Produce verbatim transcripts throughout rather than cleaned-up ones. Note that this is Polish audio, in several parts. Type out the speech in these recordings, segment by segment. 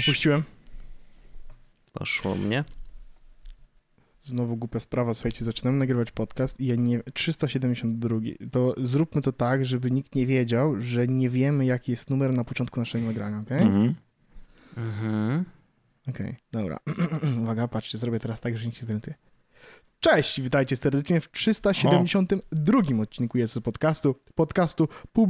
Puściłem. Poszło mnie. Znowu głupia sprawa, słuchajcie, zaczynamy nagrywać podcast i ja nie... trzysta siedemdziesiąt dwa. To zróbmy to tak, żeby nikt nie wiedział, że nie wiemy, jaki jest numer na początku naszego nagrania, okej? Okay? Mhm. Mhm. Okej, okay, dobra. Uwaga, patrzcie, zrobię teraz tak, że nikt się zorientuje. Cześć, witajcie serdecznie w trzysta siedemdziesiątym drugim o. odcinku jest podcastu, podcastu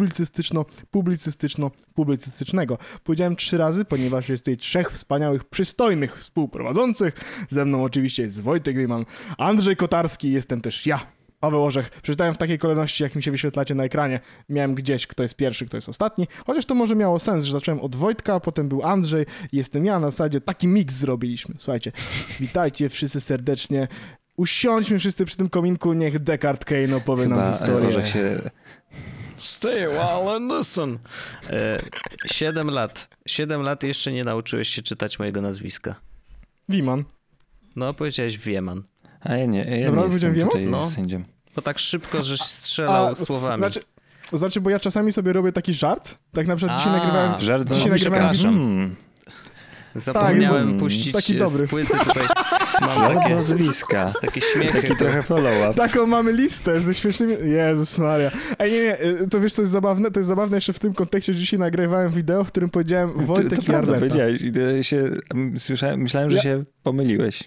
publicystyczno-publicystyczno-publicystycznego. Powiedziałem trzy razy, ponieważ jest tutaj trzech wspaniałych, przystojnych współprowadzących. Ze mną oczywiście jest Wojtek Wiman, Andrzej Kotarski, jestem też ja, Paweł Orzech. Przeczytałem w takiej kolejności, jak mi się wyświetlacie na ekranie. Miałem gdzieś, kto jest pierwszy, kto jest ostatni. Chociaż to może miało sens, że zacząłem od Wojtka, potem był Andrzej i jestem ja. Na zasadzie taki miks zrobiliśmy. Słuchajcie, witajcie wszyscy serdecznie. Usiądźmy wszyscy przy tym kominku, niech Descartes Kane opowie Chyba nam historię. Orzech się... Stay a while and listen. E, siedem lat. Siedem lat jeszcze nie nauczyłeś się czytać mojego nazwiska. Wiman. No, powiedziałeś Wieman. A ja nie, ja Dobra, nie jestem Wiman? tutaj No. sędzią. Bo tak szybko, żeś strzelał A, słowami. Znaczy, znaczy, bo ja czasami sobie robię taki żart. Tak na przykład A, dzisiaj nagrywałem... Żart dzisiaj nazwiska. nagrywałem Hmm. Zapomniałem Tak, puścić taki z dobry. płyty tutaj. Mam Żart takie, nazwiska. takie śmiechy. Taki trochę follow-up. Taką mamy listę ze śmiesznymi... Jezus Maria. Ej, nie, nie, to wiesz co jest zabawne? To jest zabawne jeszcze w tym kontekście, że dzisiaj nagrywałem wideo, w którym powiedziałem Wojtek to, to i prawda, Arleta. powiedziałeś i to się, słyszałem, myślałem, że Ja- się pomyliłeś.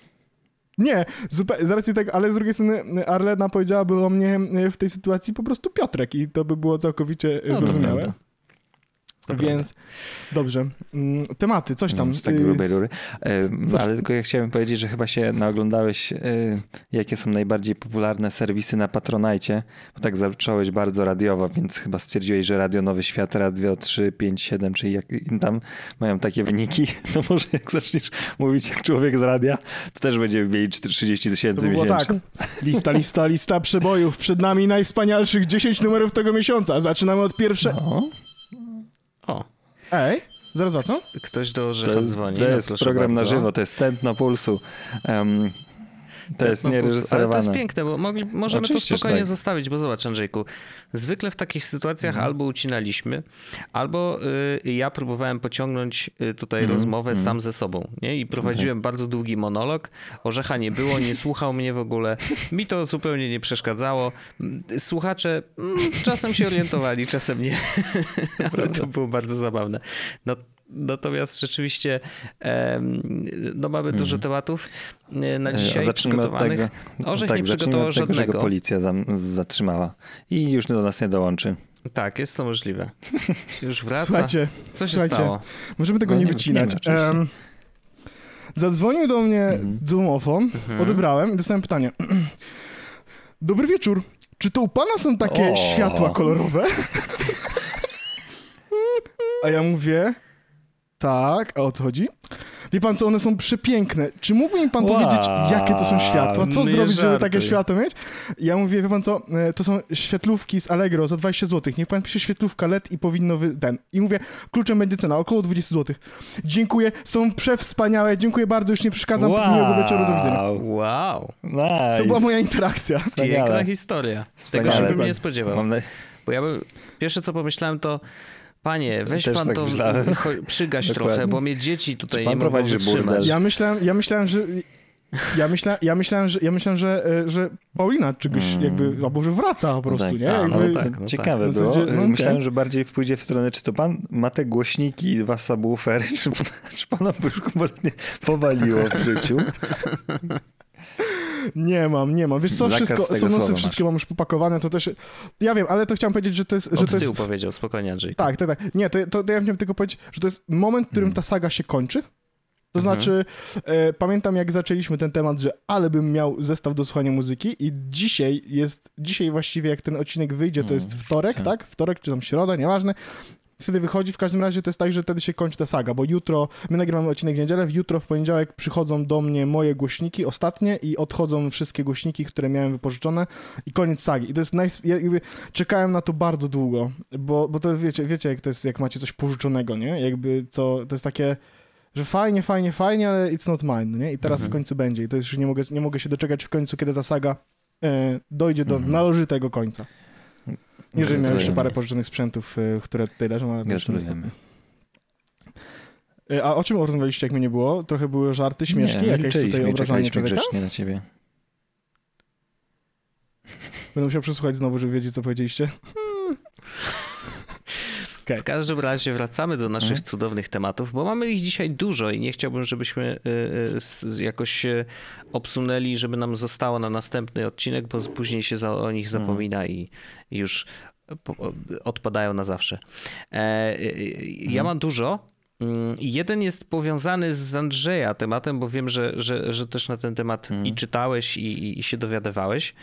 Nie, zupełnie, z racji tego, ale z drugiej strony Arlena powiedziałaby o mnie w tej sytuacji po prostu Piotrek i to by było całkowicie No, to zrozumiałe. prawda. To Więc dobrze. Mm, Tematy, coś tam. Z tak Y, grubej rury. E, co? Ale tylko ja chciałem powiedzieć, że chyba się naoglądałeś, e, jakie są najbardziej popularne serwisy na Patronite, bo tak zacząłeś bardzo radiowo, więc chyba stwierdziłeś, że Radio Nowy Świat, Radio trzy, pięć, siedem, czyli jak im tam mają takie wyniki, to może jak zaczniesz mówić jak człowiek z radia, to też będziemy mieli trzydzieści To tysięcy by było miesięcznie. tak. Lista, lista, lista przebojów. Przed nami najwspanialszych dziesięć numerów tego miesiąca. Zaczynamy od pierwszego. No, O, Ej, zaraz wracam. ktoś do to Orzecha jest, dzwoni. to no jest proszę program bardzo. na żywo, to jest tętno pulsu. Um, to jest No, ale to niereżyserowane. jest piękne, bo mogli, możemy Oczywiście, to że spokojnie tak. zostawić, bo zobacz, Andrzejku, zwykle w takich sytuacjach Mhm. albo ucinaliśmy, albo y, ja próbowałem pociągnąć y, tutaj Mhm. rozmowę Mhm. sam ze sobą, nie? I prowadziłem bardzo długi monolog, Orzecha nie było, nie słuchał mnie w ogóle, mi to zupełnie nie przeszkadzało. Słuchacze mm, czasem się orientowali, czasem nie, ale to było bardzo zabawne. No, Natomiast rzeczywiście em, no mamy Mhm. dużo tematów e, na E, dzisiaj zacznijmy od przygotowanych. tego, Orzech tak, nie zacznijmy przygotował od tego, że żadnego. go policja zam, zatrzymała i już do nas nie dołączy. Tak, jest to możliwe. Już wraca. Słuchajcie, Co się słuchajcie. stało? możemy tego No nie nie- wycinać. nie, oczywiście. Em, zadzwonił do mnie Mhm. domofon, Mhm. odebrałem i dostałem pytanie. Dobry wieczór. Czy to u pana są takie O. światła kolorowe? A ja mówię, tak, a o co chodzi? Wie pan co, one są przepiękne. Czy mógłby mi pan Wow, powiedzieć, jakie to są światła? Co nie zrobić, żeby takie żartuj. światło mieć? Ja mówię, wie pan co, e, to są świetlówki z Allegro za dwadzieścia złotych. Niech pan pisze świetlówka L E D i powinno wy... ten. I mówię, kluczem będzie cena, około dwadzieścia złotych. Dziękuję, są przewspaniałe, dziękuję bardzo, już nie przeszkadzam, miłego wieczoru, do widzenia. Wow, Nice. To była moja interakcja. Wspaniale. piękna historia. Wspaniale. Tego się bym nie spodziewał. Mam na... Bo ja bym, pierwsze co pomyślałem to, panie, weź Też pan tak to, myślałem. cho- przygaś Dokładnie. trochę, bo mnie dzieci tutaj Czy pan nie mogą prowadzi wytrzymać. burdel? Ja myślałem, ja myślałem, że... Ja myślałem, ja myślałem, że, ja myślałem, że, e, że Paulina czegoś Mm. jakby, albo że wraca po prostu, tak. nie? A, no Jakby, tak. no Ciekawe W było. zasadzie, no okej. Myślałem, że bardziej pójdzie w stronę, czy to pan ma te głośniki i dwa subwoofery, czy, czy pana by już kompletnie powaliło w życiu. Nie mam, nie mam. Wiesz co, Zakaz wszystko, tego są nosy, słowa wszystkie mam już popakowane, to też... Ja wiem, ale to chciałem powiedzieć, że to jest... Że Od to tyłu jest powiedział, spokojnie Andrzej. tak, tak, tak. Nie, to, to, to ja chciałem tylko powiedzieć, że to jest moment, w którym Mhm. ta saga się kończy. To Mhm. znaczy, e, pamiętam jak zaczęliśmy ten temat, że ale bym miał zestaw do słuchania muzyki i dzisiaj jest, dzisiaj właściwie jak ten odcinek wyjdzie, to jest Mhm, wtorek, tak. tak? Wtorek czy tam środa, nieważne. Wtedy wychodzi, w każdym razie to jest tak, że wtedy się kończy ta saga, bo jutro, my nagrywamy odcinek w niedzielę, w jutro w poniedziałek przychodzą do mnie moje głośniki ostatnie i odchodzą wszystkie głośniki, które miałem wypożyczone i koniec sagi. I to jest naj... ja jakby czekałem na to bardzo długo, bo, bo to wiecie, wiecie jak to jest, jak macie coś pożyczonego, nie? Jakby co, to jest takie, że fajnie, fajnie, fajnie, ale it's not mine, no nie? I teraz Mhm. w końcu będzie i to już nie mogę, nie mogę się doczekać w końcu, kiedy ta saga e, dojdzie do Mhm. należytego końca. Jeżeli miałem jeszcze Gratulujemy. parę pożyczonych sprzętów, y, które tutaj leżą, ale to już Gratulujemy. niestety. A o czym rozmawialiście, jak mnie nie było? Trochę były żarty, śmieszki, nie, jakieś tutaj obrażanie człowieka? grzecznie na ciebie. Będę musiał przesłuchać znowu, żeby wiedzieć, co powiedzieliście. Hmm. Okay. W każdym razie wracamy do naszych hmm. cudownych tematów, bo mamy ich dzisiaj dużo i nie chciałbym, żebyśmy y, y, jakoś y, obsunęli, żeby nam zostało na następny odcinek, bo później się za, o nich zapomina hmm. i, i już po, odpadają na zawsze. E, y, ja hmm. mam dużo. Jeden jest powiązany z Andrzeja tematem, bo wiem, że, że, że też na ten temat hmm. i czytałeś i, i się dowiadywałeś.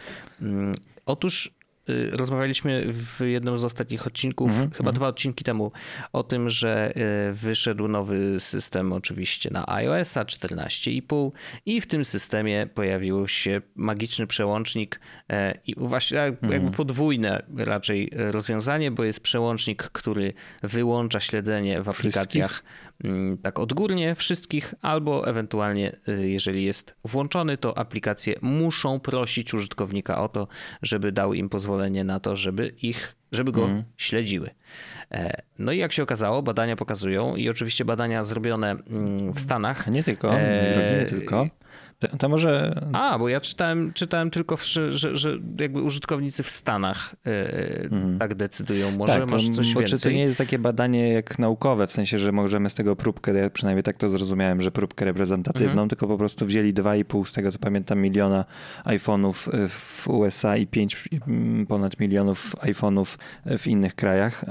Otóż rozmawialiśmy w jednym z ostatnich odcinków, mm-hmm. chyba dwa odcinki temu, o tym, że wyszedł nowy system oczywiście na iOS-a czternaście i pół i w tym systemie pojawił się magiczny przełącznik i właśnie jakby mm-hmm. podwójne raczej rozwiązanie, bo jest przełącznik, który wyłącza śledzenie w aplikacjach wszystkich? Tak odgórnie wszystkich, albo ewentualnie jeżeli jest włączony, to aplikacje muszą prosić użytkownika o to, żeby dał im pozwolenie na to, żeby ich, żeby go mm. śledziły. No i jak się okazało, badania pokazują i oczywiście badania zrobione w Stanach. Nie tylko, e... nie tylko. To, to może... A, bo ja czytałem, czytałem tylko, że, że, że jakby użytkownicy w Stanach yy, mm. tak decydują. Może tak, masz to, coś bo więcej? Czy to nie jest takie badanie jak naukowe, w sensie, że możemy z tego próbkę, ja przynajmniej tak to zrozumiałem, że próbkę reprezentatywną, mm-hmm. tylko po prostu wzięli dwa i pół, z tego co pamiętam, miliona iPhone'ów w U S A i pięć ponad milionów iPhone'ów w innych krajach.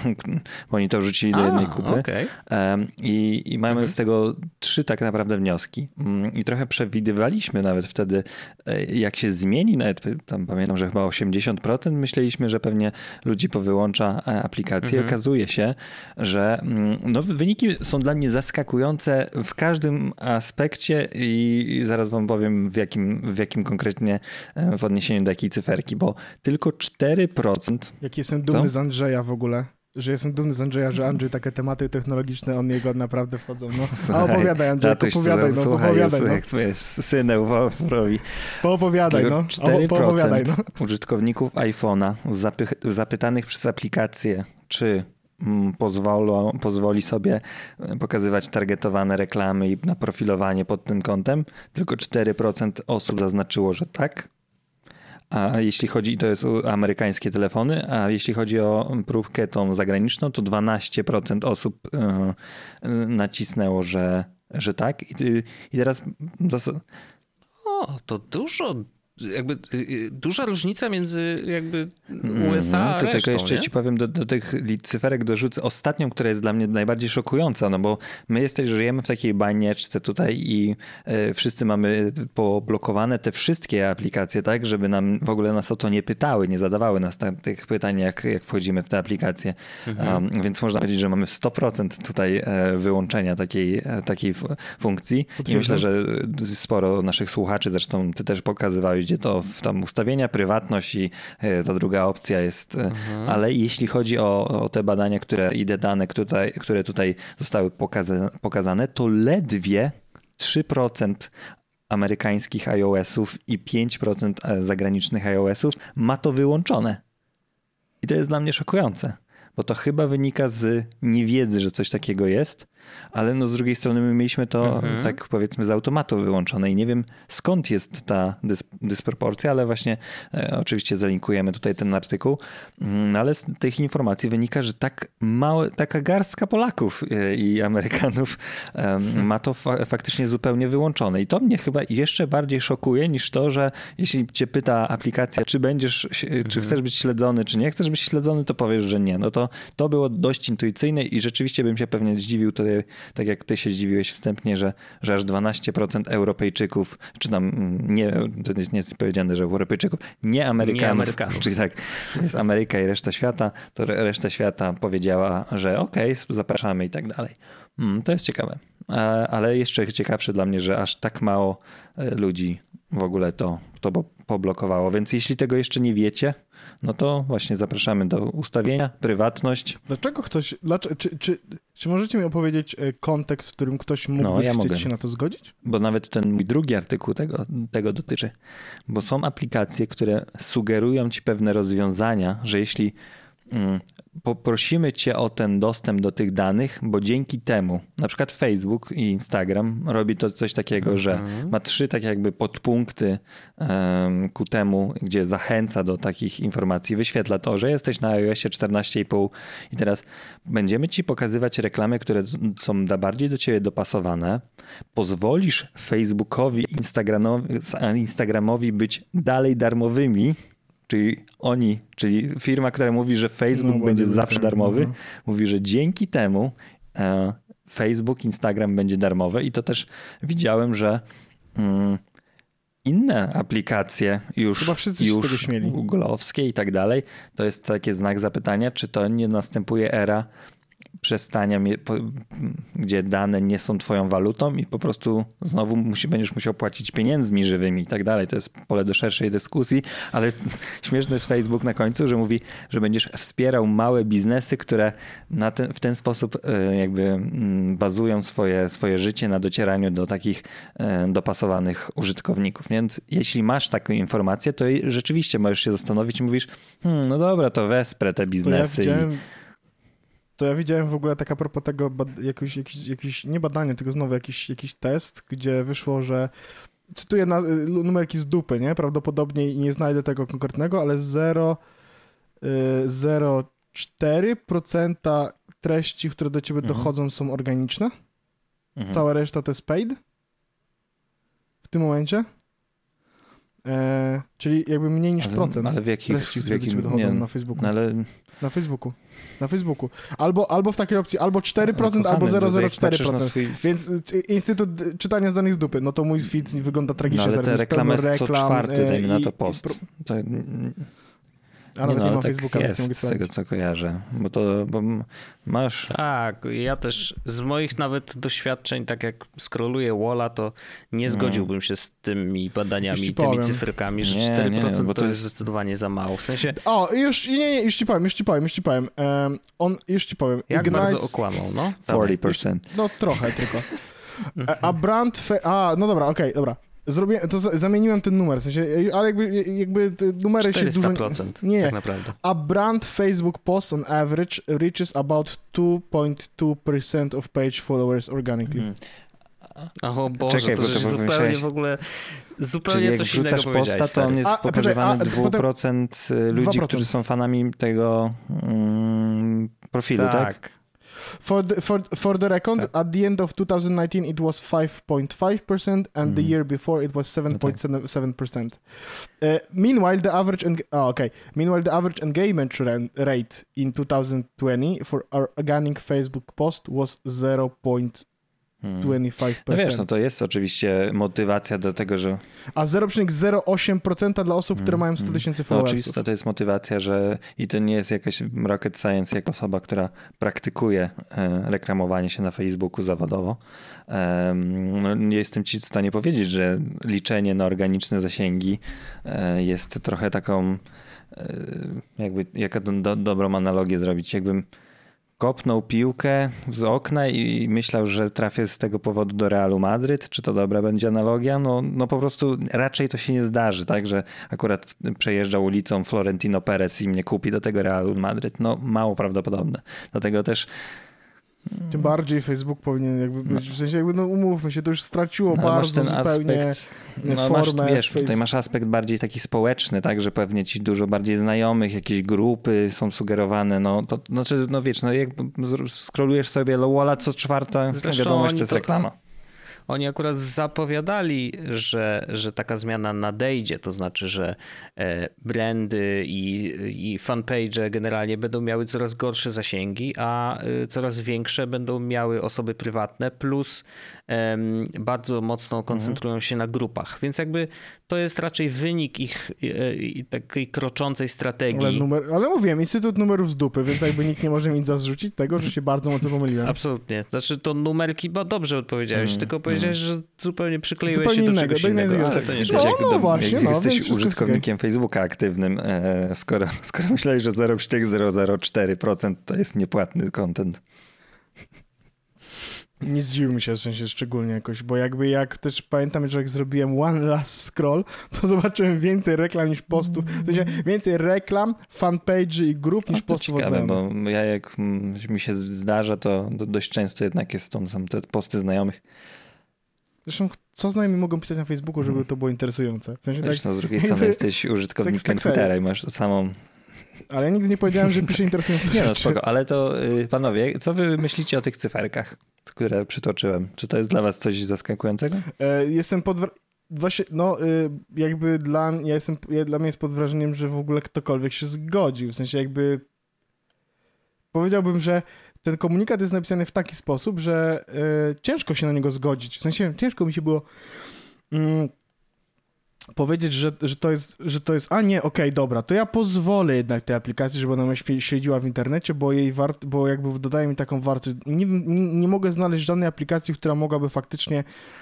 Bo oni to wrzucili do jednej kupy. Okay. I, i mamy mm-hmm. z tego trzy tak naprawdę wnioski. I trochę przewidywaliśmy Przewidywaliśmy nawet wtedy, jak się zmieni, nawet tam pamiętam, że chyba osiemdziesiąt procent myśleliśmy, że pewnie ludzi powyłącza aplikację. Mhm. Okazuje się, że no, wyniki są dla mnie zaskakujące w każdym aspekcie i zaraz wam powiem w jakim, w jakim konkretnie w odniesieniu do jakiej cyferki, bo tylko cztery procent... Jak jestem dumny Co? z Andrzeja w ogóle. Że jestem dumny z Andrzeja, że Andrzej takie tematy technologiczne, on niego naprawdę wchodzą. No. Słuchaj, a opowiadaj Andrzej, opowiadaj, no, słuchaj, opowiadaj. Słuchaj, no. jak synę robi. Poopowiadaj, no. cztery procent poopowiadaj, no. użytkowników iPhone'a zapy- zapytanych przez aplikację, czy mm, pozwolą, pozwoli sobie pokazywać targetowane reklamy i na profilowanie pod tym kątem, tylko cztery procent osób zaznaczyło, że tak. A jeśli chodzi, to jest amerykańskie telefony, a jeśli chodzi o próbkę tą zagraniczną, to dwanaście procent osób nacisnęło, że, że tak. I, i teraz... O, to dużo... Jakby duża różnica między jakby U S A a to resztą, tylko jeszcze nie? ci powiem, do, do tych cyferek dorzucę ostatnią, która jest dla mnie najbardziej szokująca, no bo my jesteś, żyjemy w takiej banieczce tutaj i y, wszyscy mamy poblokowane te wszystkie aplikacje, tak, żeby nam w ogóle nas o to nie pytały, nie zadawały nas ta, tych pytań, jak, jak wchodzimy w te aplikacje. Mhm. Um, więc można powiedzieć, że mamy sto procent tutaj e, wyłączenia takiej, e, takiej f- funkcji. I myślę, że sporo naszych słuchaczy, zresztą ty też pokazywałeś, gdzie to w tam ustawienia, prywatność i ta druga opcja jest. Mhm. Ale jeśli chodzi o, o te badania, które i te dane, które, które tutaj zostały pokazane, pokazane, to ledwie trzy procent amerykańskich iOS-ów i pięć procent zagranicznych iOS-ów ma to wyłączone. I to jest dla mnie szokujące, bo to chyba wynika z niewiedzy, że coś takiego jest, ale no z drugiej strony my mieliśmy to mhm. tak powiedzmy z automatu wyłączone i nie wiem skąd jest ta dys- dysproporcja, ale właśnie e, oczywiście zalinkujemy tutaj ten artykuł, no, ale z tych informacji wynika, że tak małe, taka garstka Polaków e, i Amerykanów e, mhm. ma to fa- faktycznie zupełnie wyłączone i to mnie chyba jeszcze bardziej szokuje niż to, że jeśli cię pyta aplikacja, czy będziesz, mhm. czy chcesz być śledzony, czy nie chcesz być śledzony, to powiesz, że nie. No to, to było dość intuicyjne i rzeczywiście bym się pewnie zdziwił tutaj, tak jak ty się zdziwiłeś wstępnie, że, że aż dwanaście procent Europejczyków, czy tam nie, to nie jest powiedziane, że Europejczyków, nie Amerykanów, nie Amerykanów. czyli tak, jest Ameryka i reszta świata, to reszta świata powiedziała, że okej, okay, zapraszamy i tak dalej. Hmm, to jest ciekawe. Ale jeszcze ciekawsze dla mnie, że aż tak mało ludzi w ogóle to, to poblokowało. Więc jeśli tego jeszcze nie wiecie, no to właśnie zapraszamy do ustawienia, prywatność. Dlaczego ktoś, dlaczego, czy, czy, czy możecie mi opowiedzieć kontekst, w którym ktoś mógłby no, ja chcieć mogę. się na to zgodzić? Bo nawet ten mój drugi artykuł tego, tego dotyczy. Bo są aplikacje, które sugerują ci pewne rozwiązania, że jeśli poprosimy cię o ten dostęp do tych danych, bo dzięki temu, na przykład Facebook i Instagram robi to coś takiego, mhm. że ma trzy tak jakby podpunkty um, ku temu, gdzie zachęca do takich informacji, wyświetla to, że jesteś na iOSie czternaście i pół i teraz będziemy ci pokazywać reklamy, które są bardziej do ciebie dopasowane, pozwolisz Facebookowi, Instagramowi, Instagramowi być dalej darmowymi, czyli oni, czyli firma, która mówi, że Facebook no, będzie zawsze darmowy, no. mówi, że dzięki temu e, Facebook, Instagram będzie darmowe i to też widziałem, że mm, inne aplikacje już, Chyba wszyscy już z tego śmieli. Google'owskie i tak dalej, to jest taki znak zapytania, czy to nie następuje era przestania, gdzie dane nie są twoją walutą i po prostu znowu musi, będziesz musiał płacić pieniędzmi żywymi i tak dalej. To jest pole do szerszej dyskusji, ale śmieszny jest Facebook na końcu, że mówi, że będziesz wspierał małe biznesy, które na ten, w ten sposób jakby bazują swoje, swoje życie na docieraniu do takich dopasowanych użytkowników. Więc jeśli masz taką informację, to rzeczywiście możesz się zastanowić i mówisz, hmm, no dobra, to wesprę te biznesy. To ja widziałem... To ja widziałem w ogóle tak a propos tego jakiś, jakiś, jakiś nie badanie, tylko znowu jakiś, jakiś test, gdzie wyszło, że cytuję na, numerki z dupy, nie? Prawdopodobnie i nie znajdę tego konkretnego, ale zero przecinek cztery procent treści, które do ciebie mhm. dochodzą, są organiczne. Mhm. Cała reszta to jest paid. W tym momencie. E, czyli jakby mniej niż ale, procent ale w jakich, treści, które w jakim, do ciebie dochodzą nie, na Facebooku. No ale... Na Facebooku. Na Facebooku. Albo, albo w takiej opcji albo cztery procent, kochany, albo zero przecinek zero cztery procent. Swój... Więc Instytut Czytania z Danych z Dupy, no to mój feed wygląda tragicznie. No ale te reklamy reklam, co czwarty, dajmy na to post. I, to... A nawet nie, no, nie ma tak Facebooka, jest, więc nie mogę z tego co kojarzę, bo to bo masz... Tak, ja też z moich nawet doświadczeń, tak jak scrolluję Walla, to nie zgodziłbym się z tymi badaniami, tymi powiem. cyfrkami, że nie, cztery procent nie, bo to, to jest zdecydowanie za mało. W sensie... O, już, nie, nie, już ci powiem, już ci powiem, już ci powiem. Um, on, już ci powiem. Jak Ignites... bardzo okłamał, no? czterdzieści procent. No trochę tylko. A brand... Fe... A, no dobra, okej, okay, dobra. Zrobiłem, to zamieniłem ten numer, w sensie, ale jakby, jakby te numery się dużo... czterysta procent, nie, tak naprawdę. A brand Facebook post on average reaches about two point two percent of page followers organically. Hmm. O Boże, Czekaj, to, to zupełnie myślałeś... w ogóle zupełnie Czyli coś jak innego wrzucasz posta, to on jest a, pokazywany a, dwa procent a, ludzi, dwa procent. Którzy są fanami tego mm, profilu, tak? tak? For the, for, for the record, tak. At the end of two thousand nineteen it was five point five percent and mm. the year before it was seven point seven percent. Uh, meanwhile, the average eng- oh, okay. Meanwhile, the average engagement rate in two thousand twenty for our organic Facebook post was zero point dwadzieścia pięć procent. No wiesz, no to jest oczywiście motywacja do tego, że... A zero przecinek zero osiem procent dla osób, które mają sto tysięcy followersów. No oczywiście to jest motywacja, że i to nie jest jakaś rocket science jako osoba, która praktykuje reklamowanie się na Facebooku zawodowo. No, nie jestem ci w stanie powiedzieć, że liczenie na organiczne zasięgi jest trochę taką, jakby, jaka do, dobrą analogię zrobić, jakbym kopnął piłkę z okna i myślał, że trafię z tego powodu do Realu Madryt. Czy to dobra będzie analogia? No, no po prostu raczej to się nie zdarzy, tak, że akurat przejeżdża ulicą Florentino Perez i mnie kupi do tego Realu Madryt. No mało prawdopodobne. Dlatego też tym bardziej Facebook powinien jakby być, w sensie jakby, no umówmy się, to już straciło no, bardzo masz ten zupełnie aspekt, no, formę. Masz, wiesz, tutaj masz aspekt bardziej taki społeczny, tak, że pewnie ci dużo bardziej znajomych, jakieś grupy są sugerowane, no to znaczy, no wiesz, no jak scrollujesz sobie Walla co czwarta Zresztą wiadomość, to jest to... reklama. Oni akurat zapowiadali, że, że taka zmiana nadejdzie, to znaczy, że brandy i, i fanpage generalnie będą miały coraz gorsze zasięgi, a coraz większe będą miały osoby prywatne, plus um, bardzo mocno koncentrują się na grupach. Więc jakby to jest raczej wynik ich i takiej kroczącej strategii. Ale, numer, ale mówiłem, Instytut Numerów z dupy, więc jakby nikt nie może mi zarzucić tego, że się bardzo mocno pomyliłem. Absolutnie. Znaczy to numerki, bo dobrze odpowiedziałeś, mm, tylko powiedziałeś, mm. że zupełnie przykleiłeś zupełnie się innego, do czegoś innego. innego. Ale to nie no, no, no właśnie, jak no, jesteś użytkownikiem Facebooka aktywnym, e, skoro, skoro myślałeś, że zero przecinek zero zero cztery procent to jest niepłatny content. Nie zdziwił mi się w sensie szczególnie jakoś, bo jakby jak też pamiętam, że jak zrobiłem one last scroll, to zobaczyłem więcej reklam niż postów, w sensie więcej reklam, fanpage'y i grup niż postów od znajomych. Bo ja jak mi się zdarza, to dość często jednak jest to są te posty znajomych. Zresztą co znajomi mogą pisać na Facebooku, żeby to było interesujące? W sensie Wiesz, tak, no z drugiej strony jesteś użytkownikiem tak, tak Twittera i masz to samą... Ale ja nigdy nie powiedziałem, że piszę interesujące rzeczy. Nie no, spoko, ale to y, panowie, co wy myślicie o tych cyferkach, które przytoczyłem? Czy to jest dla was coś zaskakującego? E, jestem pod... wra- Właśnie, no y, jakby dla, ja jestem, ja, dla mnie jest pod wrażeniem, że w ogóle ktokolwiek się zgodził. W sensie jakby powiedziałbym, że ten komunikat jest napisany w taki sposób, że y, ciężko się na niego zgodzić. W sensie ciężko mi się było mm, powiedzieć, że, że, to jest, że to jest, a nie, okej, okay, dobra, to ja pozwolę jednak tej aplikacji, żeby ona mnie śledziła w internecie, bo jej wart, bo jakby dodaje mi taką wartość. Nie, nie, nie mogę znaleźć żadnej aplikacji, która mogłaby faktycznie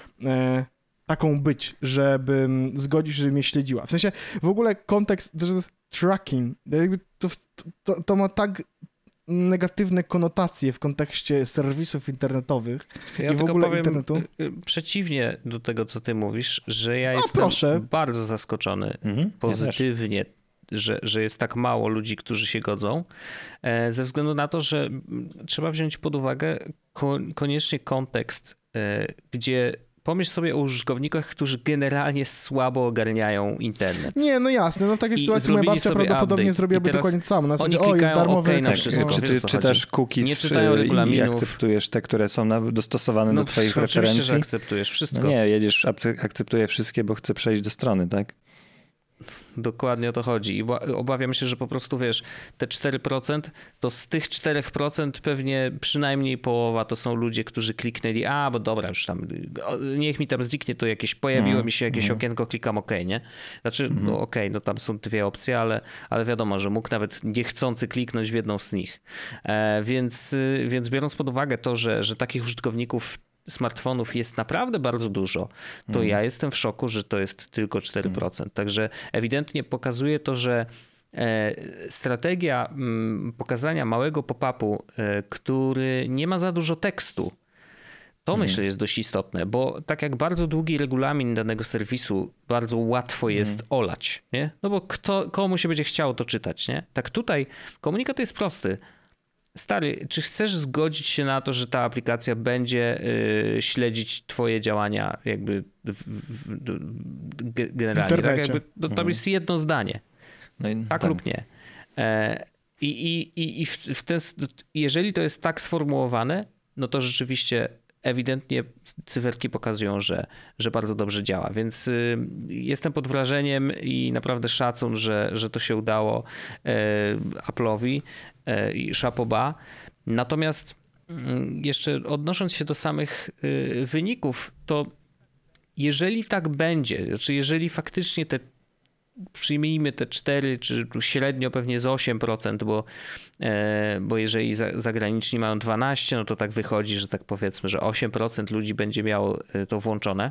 e, taką być, żeby zgodzić, żeby mnie śledziła. W sensie w ogóle kontekst, to jest tracking, jakby to, to, to ma tak negatywne konotacje w kontekście serwisów internetowych ja i w ogóle powiem internetu. Przeciwnie do tego, co ty mówisz, że ja A, jestem proszę. bardzo zaskoczony Mhm, pozytywnie, ja że, że jest tak mało ludzi, którzy się godzą, ze względu na to, że trzeba wziąć pod uwagę koniecznie kontekst, gdzie pomyśl sobie o użytkownikach, którzy generalnie słabo ogarniają internet. Nie, no jasne, no w takiej I sytuacji moja babcia prawdopodobnie update. zrobiłaby dokładnie to samo. Na zasadzie, o, jest darmowy. OK na tak, wszystko. no. Czy ty czytasz cookies nie czytają regulaminów. i akceptujesz te, które są na, dostosowane no, do twoich oczywiście, preferencji? że akceptujesz wszystko. No nie, jedziesz, akceptuję wszystkie, bo chcę przejść do strony, tak? Dokładnie o to chodzi. I obawiam się, że po prostu wiesz, te cztery procent, to z tych cztery procent pewnie przynajmniej połowa to są ludzie, którzy kliknęli, a bo dobra, już tam, niech mi tam zniknie to jakieś, pojawiło mm, mi się jakieś mm. okienko, klikam OK, nie? Znaczy, mm. no OK, no tam są dwie opcje, ale, ale wiadomo, że mógł nawet niechcący kliknąć w jedną z nich. E, więc, więc biorąc pod uwagę to, że, że takich użytkowników smartfonów jest naprawdę bardzo dużo, to mm. ja jestem w szoku, że to jest tylko cztery procent. Mm. Także ewidentnie pokazuje to, że e, strategia m, pokazania małego pop-upu, e, który nie ma za dużo tekstu, to mm. myślę jest dość istotne, bo tak jak bardzo długi regulamin danego serwisu bardzo łatwo jest mm. olać, nie? No bo kto, komu się będzie chciało to czytać, nie? Tak tutaj komunikat jest prosty. Stary, czy chcesz zgodzić się na to, że ta aplikacja będzie y, śledzić twoje działania jakby w, w, w, generalnie? Tak jakby, to, to jest jedno zdanie. No i, tak, tak lub nie. E, I i, i, i w, w ten, jeżeli to jest tak sformułowane, no to rzeczywiście ewidentnie cyferki pokazują, że, że bardzo dobrze działa. Więc y, jestem pod wrażeniem i naprawdę szacun, że, że to się udało y, Apple'owi y, i chapeau bas. Natomiast y, jeszcze odnosząc się do samych y, wyników, to jeżeli tak będzie, znaczy jeżeli faktycznie te przyjmijmy te cztery, czy średnio pewnie z osiem procent, bo, bo jeżeli zagraniczni mają dwanaście, no to tak wychodzi, że tak powiedzmy, że osiem procent ludzi będzie miało to włączone,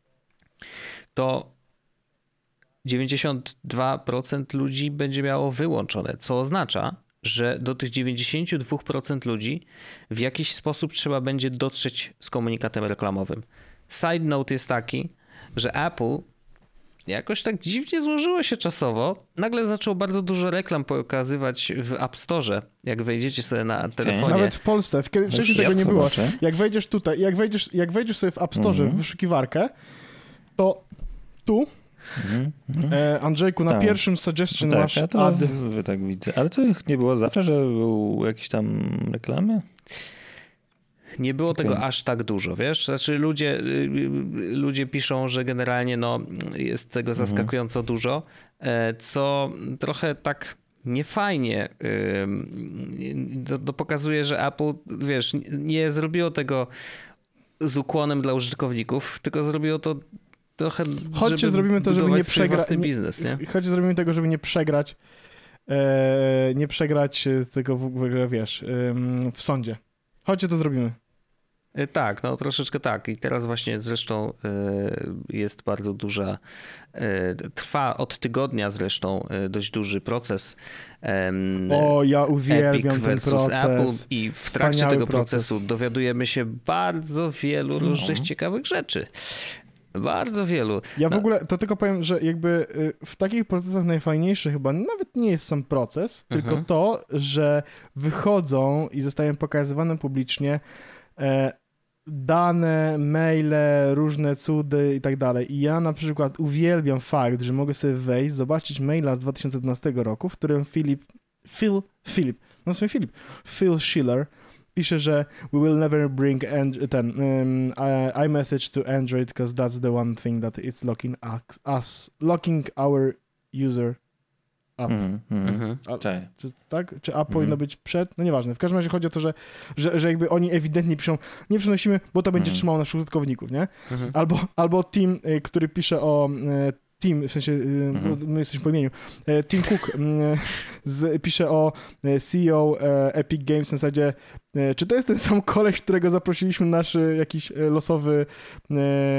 to dziewięćdziesiąt dwa procent ludzi będzie miało wyłączone, co oznacza, że do tych dziewięćdziesiąt dwa procent ludzi w jakiś sposób trzeba będzie dotrzeć z komunikatem reklamowym. Side note jest taki, że Apple jakoś tak dziwnie złożyło się czasowo. Nagle zaczął bardzo dużo reklam pokazywać w App Store, jak wejdziecie sobie na telefonie. Nawet w Polsce, kiedy wcześniej tego nie było. Jak wejdziesz tutaj, jak wejdziesz, jak wejdziesz sobie w App Store mm-hmm. w wyszukiwarkę, to tu mm-hmm. e, Andrzejku, na tak. pierwszym suggestion tak, masz ja to ad. Tak widzę. Ale to nie było zawsze, że był jakieś tam reklamy? Nie było okay. tego aż tak dużo, wiesz? Znaczy ludzie, ludzie piszą, że generalnie no, jest tego zaskakująco mhm. dużo, co trochę tak niefajnie to, to pokazuje, że Apple, wiesz, nie zrobiło tego z ukłonem dla użytkowników, tylko zrobiło to trochę, Chodźcie, żeby zrobimy to, żeby nie przegrać biznes, nie? Chodźcie, zrobimy tego, żeby nie przegrać e, nie przegrać tego w ogóle, wiesz, w sądzie. Chodźcie, to zrobimy. Tak, no troszeczkę tak. I teraz właśnie zresztą jest bardzo duża, trwa od tygodnia zresztą dość duży proces. O, ja uwielbiam Epic ten versus proces. Apple i w trakcie Wspaniały tego proces. procesu dowiadujemy się bardzo wielu No. różnych ciekawych rzeczy. Bardzo wielu. Ja w No, ogóle to tylko powiem, że jakby y, w takich procesach najfajniejszy chyba nawet nie jest sam proces, Mhm. tylko to, że wychodzą i zostają pokazywane publicznie e, dane, maile, różne cudy i tak dalej. I ja na przykład uwielbiam fakt, że mogę sobie wejść, zobaczyć maila z dwa tysiące dwunastego roku, w którym Filip, Phil, Filip, no sobie Filip, Phil Schiller pisze, że we will never bring and, ten um, I, iMessage to Android because that's the one thing that it's locking us, us locking our user up. Mhm, mhm. mhm. A, Cześć. czy, tak? Czy A Mhm. powinno być przed? No nieważne. W każdym razie chodzi o to, że, że, że jakby oni ewidentnie piszą, nie przenosimy, bo to będzie Mhm. trzymało naszych użytkowników, nie? Mhm. Albo, albo Tim, y, który pisze o y, Tim, w sensie, y, Mhm. my jesteśmy po imieniu, y, Tim Cook y, z, pisze o y, C E O y, Epic Games w zasadzie, y, czy to jest ten sam koleś, którego zaprosiliśmy na nasz y, jakiś y, losowy y,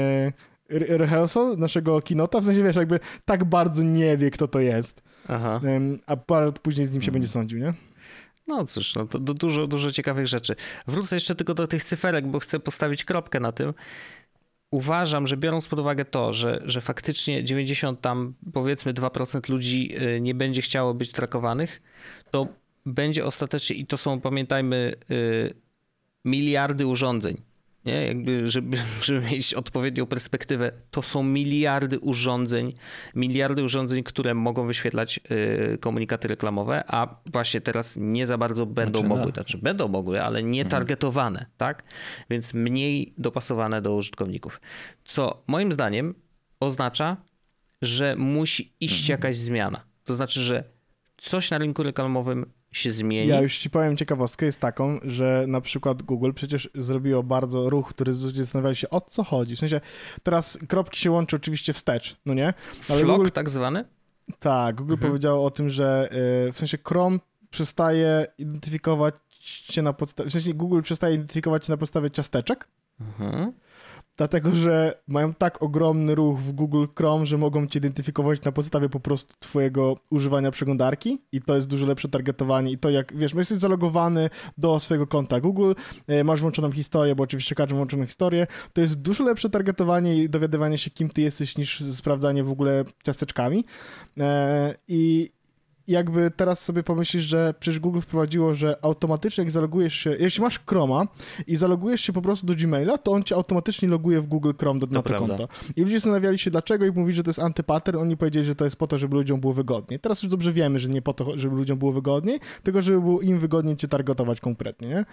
re- rehearsal naszego kinota? W sensie, wiesz, jakby tak bardzo nie wie, kto to jest, Aha. y, a parę lat później z nim się Mhm. będzie sądził, nie? No cóż, no to du- dużo, dużo ciekawych rzeczy. Wrócę jeszcze tylko do tych cyferek, bo chcę postawić kropkę na tym. Uważam, że biorąc pod uwagę to, że, że faktycznie dziewięćdziesiąt tam powiedzmy dwa procent ludzi y, nie będzie chciało być trakowanych, to będzie ostatecznie, i to są, pamiętajmy, y, miliardy urządzeń. Nie? Jakby, żeby, żeby mieć odpowiednią perspektywę, to są miliardy urządzeń, miliardy urządzeń, które mogą wyświetlać y, komunikaty reklamowe, a właśnie teraz nie za bardzo będą Znaczy, no. mogły, znaczy będą mogły, ale nie targetowane, tak? Więc mniej dopasowane do użytkowników. Co moim zdaniem oznacza, że musi iść jakaś zmiana. To znaczy, że coś na rynku reklamowym się zmieni. Ja już ci powiem ciekawostkę, jest taką, że na przykład Google przecież zrobiło bardzo ruch, który ludzie zastanawiali się, o co chodzi. W sensie teraz kropki się łączy oczywiście wstecz, no nie? Ale Flock Google, tak zwany? tak, Google Mhm. powiedział o tym, że y, w sensie Chrome przestaje identyfikować cię na podstawie, w sensie Google przestaje identyfikować cię na podstawie ciasteczek, Mhm. dlatego, że mają tak ogromny ruch w Google Chrome, że mogą cię identyfikować na podstawie po prostu twojego używania przeglądarki i to jest dużo lepsze targetowanie i to jak, wiesz, jesteś zalogowany do swojego konta Google, e, masz włączoną historię, bo oczywiście każdy ma włączoną historię, to jest dużo lepsze targetowanie i dowiadywanie się, kim ty jesteś, niż sprawdzanie w ogóle ciasteczkami e, i jakby teraz sobie pomyślisz, że przecież Google wprowadziło, że automatycznie jak zalogujesz się, jeśli masz Chroma i zalogujesz się po prostu do Gmaila, to on cię automatycznie loguje w Google Chrome do, na to prawda. konto. I ludzie zastanawiali się dlaczego i mówili, że to jest antypattern, oni powiedzieli, że to jest po to, żeby ludziom było wygodniej. Teraz już dobrze wiemy, że nie po to, żeby ludziom było wygodniej, tylko żeby było im wygodniej cię targetować konkretnie, nie?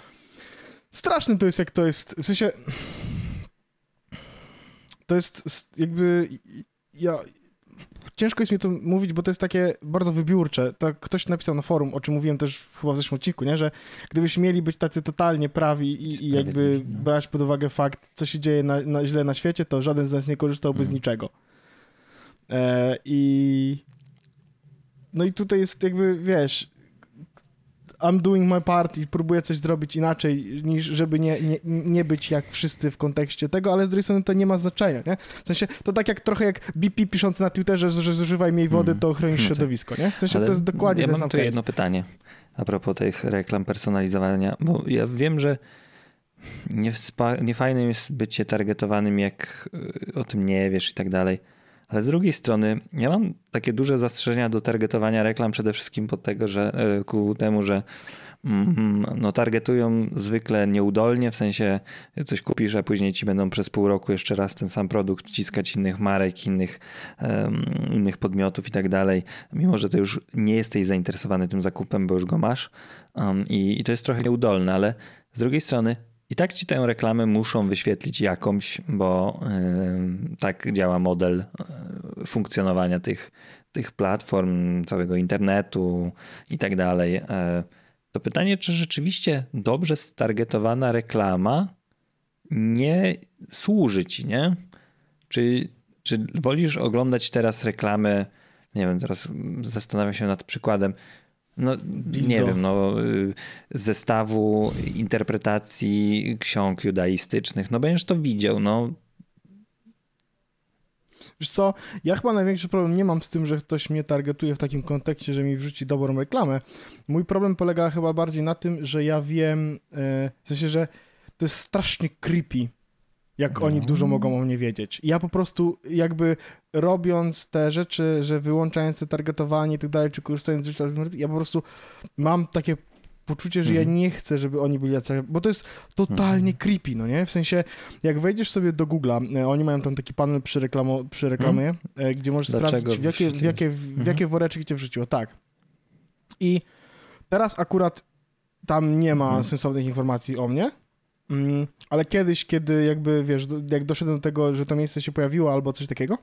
Straszne to jest, jak to jest, w sensie to jest jakby ja... Ciężko jest mi to mówić, bo to jest takie bardzo wybiórcze. To ktoś napisał na forum, o czym mówiłem też chyba w zeszłym odcinku, nie? Że gdybyśmy mieli być tacy totalnie prawi i, i jakby no. brać pod uwagę fakt, co się dzieje na, na źle na świecie, to żaden z nas nie korzystałby Mhm. z niczego. E, I no i tutaj jest jakby, wiesz, I'm doing my part i próbuję coś zrobić inaczej, niż żeby nie, nie, nie być jak wszyscy w kontekście tego, ale z drugiej strony to nie ma znaczenia, nie? W sensie, to tak jak trochę jak B P piszący na Twitterze, że, że zużywaj mniej wody, to chronisz No tak. środowisko, nie? W sensie Ale to jest dokładnie ja ten mam sam tu case. jedno pytanie a propos tych reklam personalizowania, bo ja wiem, że nie, spa- nie fajnym jest bycie targetowanym, jak y, o tym nie wiesz i tak dalej. Ale z drugiej strony ja mam takie duże zastrzeżenia do targetowania reklam przede wszystkim pod tego, że y, ku temu, że mm, no targetują zwykle nieudolnie, w sensie coś kupisz, a później ci będą przez pół roku jeszcze raz ten sam produkt wciskać innych marek, innych, um, innych podmiotów i tak dalej, mimo że to już nie jesteś zainteresowany tym zakupem, bo już go masz um, i, i to jest trochę nieudolne, ale z drugiej strony i tak ci tę reklamę muszą wyświetlić jakąś, bo yy, tak działa model yy, funkcjonowania tych, tych platform, całego internetu i tak dalej. Yy, to pytanie, czy rzeczywiście dobrze stargetowana reklama nie służy ci, nie? Czy, czy wolisz oglądać teraz reklamę, nie wiem, teraz zastanawiam się nad przykładem, No, Dildo. nie wiem, no, zestawu interpretacji ksiąg judaistycznych. No będziesz to widział, no. Wiesz co, ja chyba największy problem nie mam z tym, że ktoś mnie targetuje w takim kontekście, że mi wrzuci dobrą reklamę. Mój problem polega chyba bardziej na tym, że ja wiem, w sensie, że to jest strasznie creepy, jak no. oni dużo mogą o mnie wiedzieć. Ja po prostu jakby robiąc te rzeczy, że wyłączając te targetowanie i tak dalej, czy korzystając z życia, ja po prostu mam takie poczucie, że mhm. ja nie chcę, żeby oni byli jacyś, bo to jest totalnie mhm. creepy, no nie? W sensie, jak wejdziesz sobie do Google'a, oni mają tam taki panel przy, reklamo, przy reklamie, mhm. gdzie możesz Dlaczego sprawdzić, w jakie, w, jakie, w mhm. jakie woreczki cię wrzuciło. Tak. I teraz akurat tam nie ma mhm. sensownych informacji o mnie, mm, ale kiedyś, kiedy jakby, wiesz, jak doszedłem do tego, że to miejsce się pojawiło albo coś takiego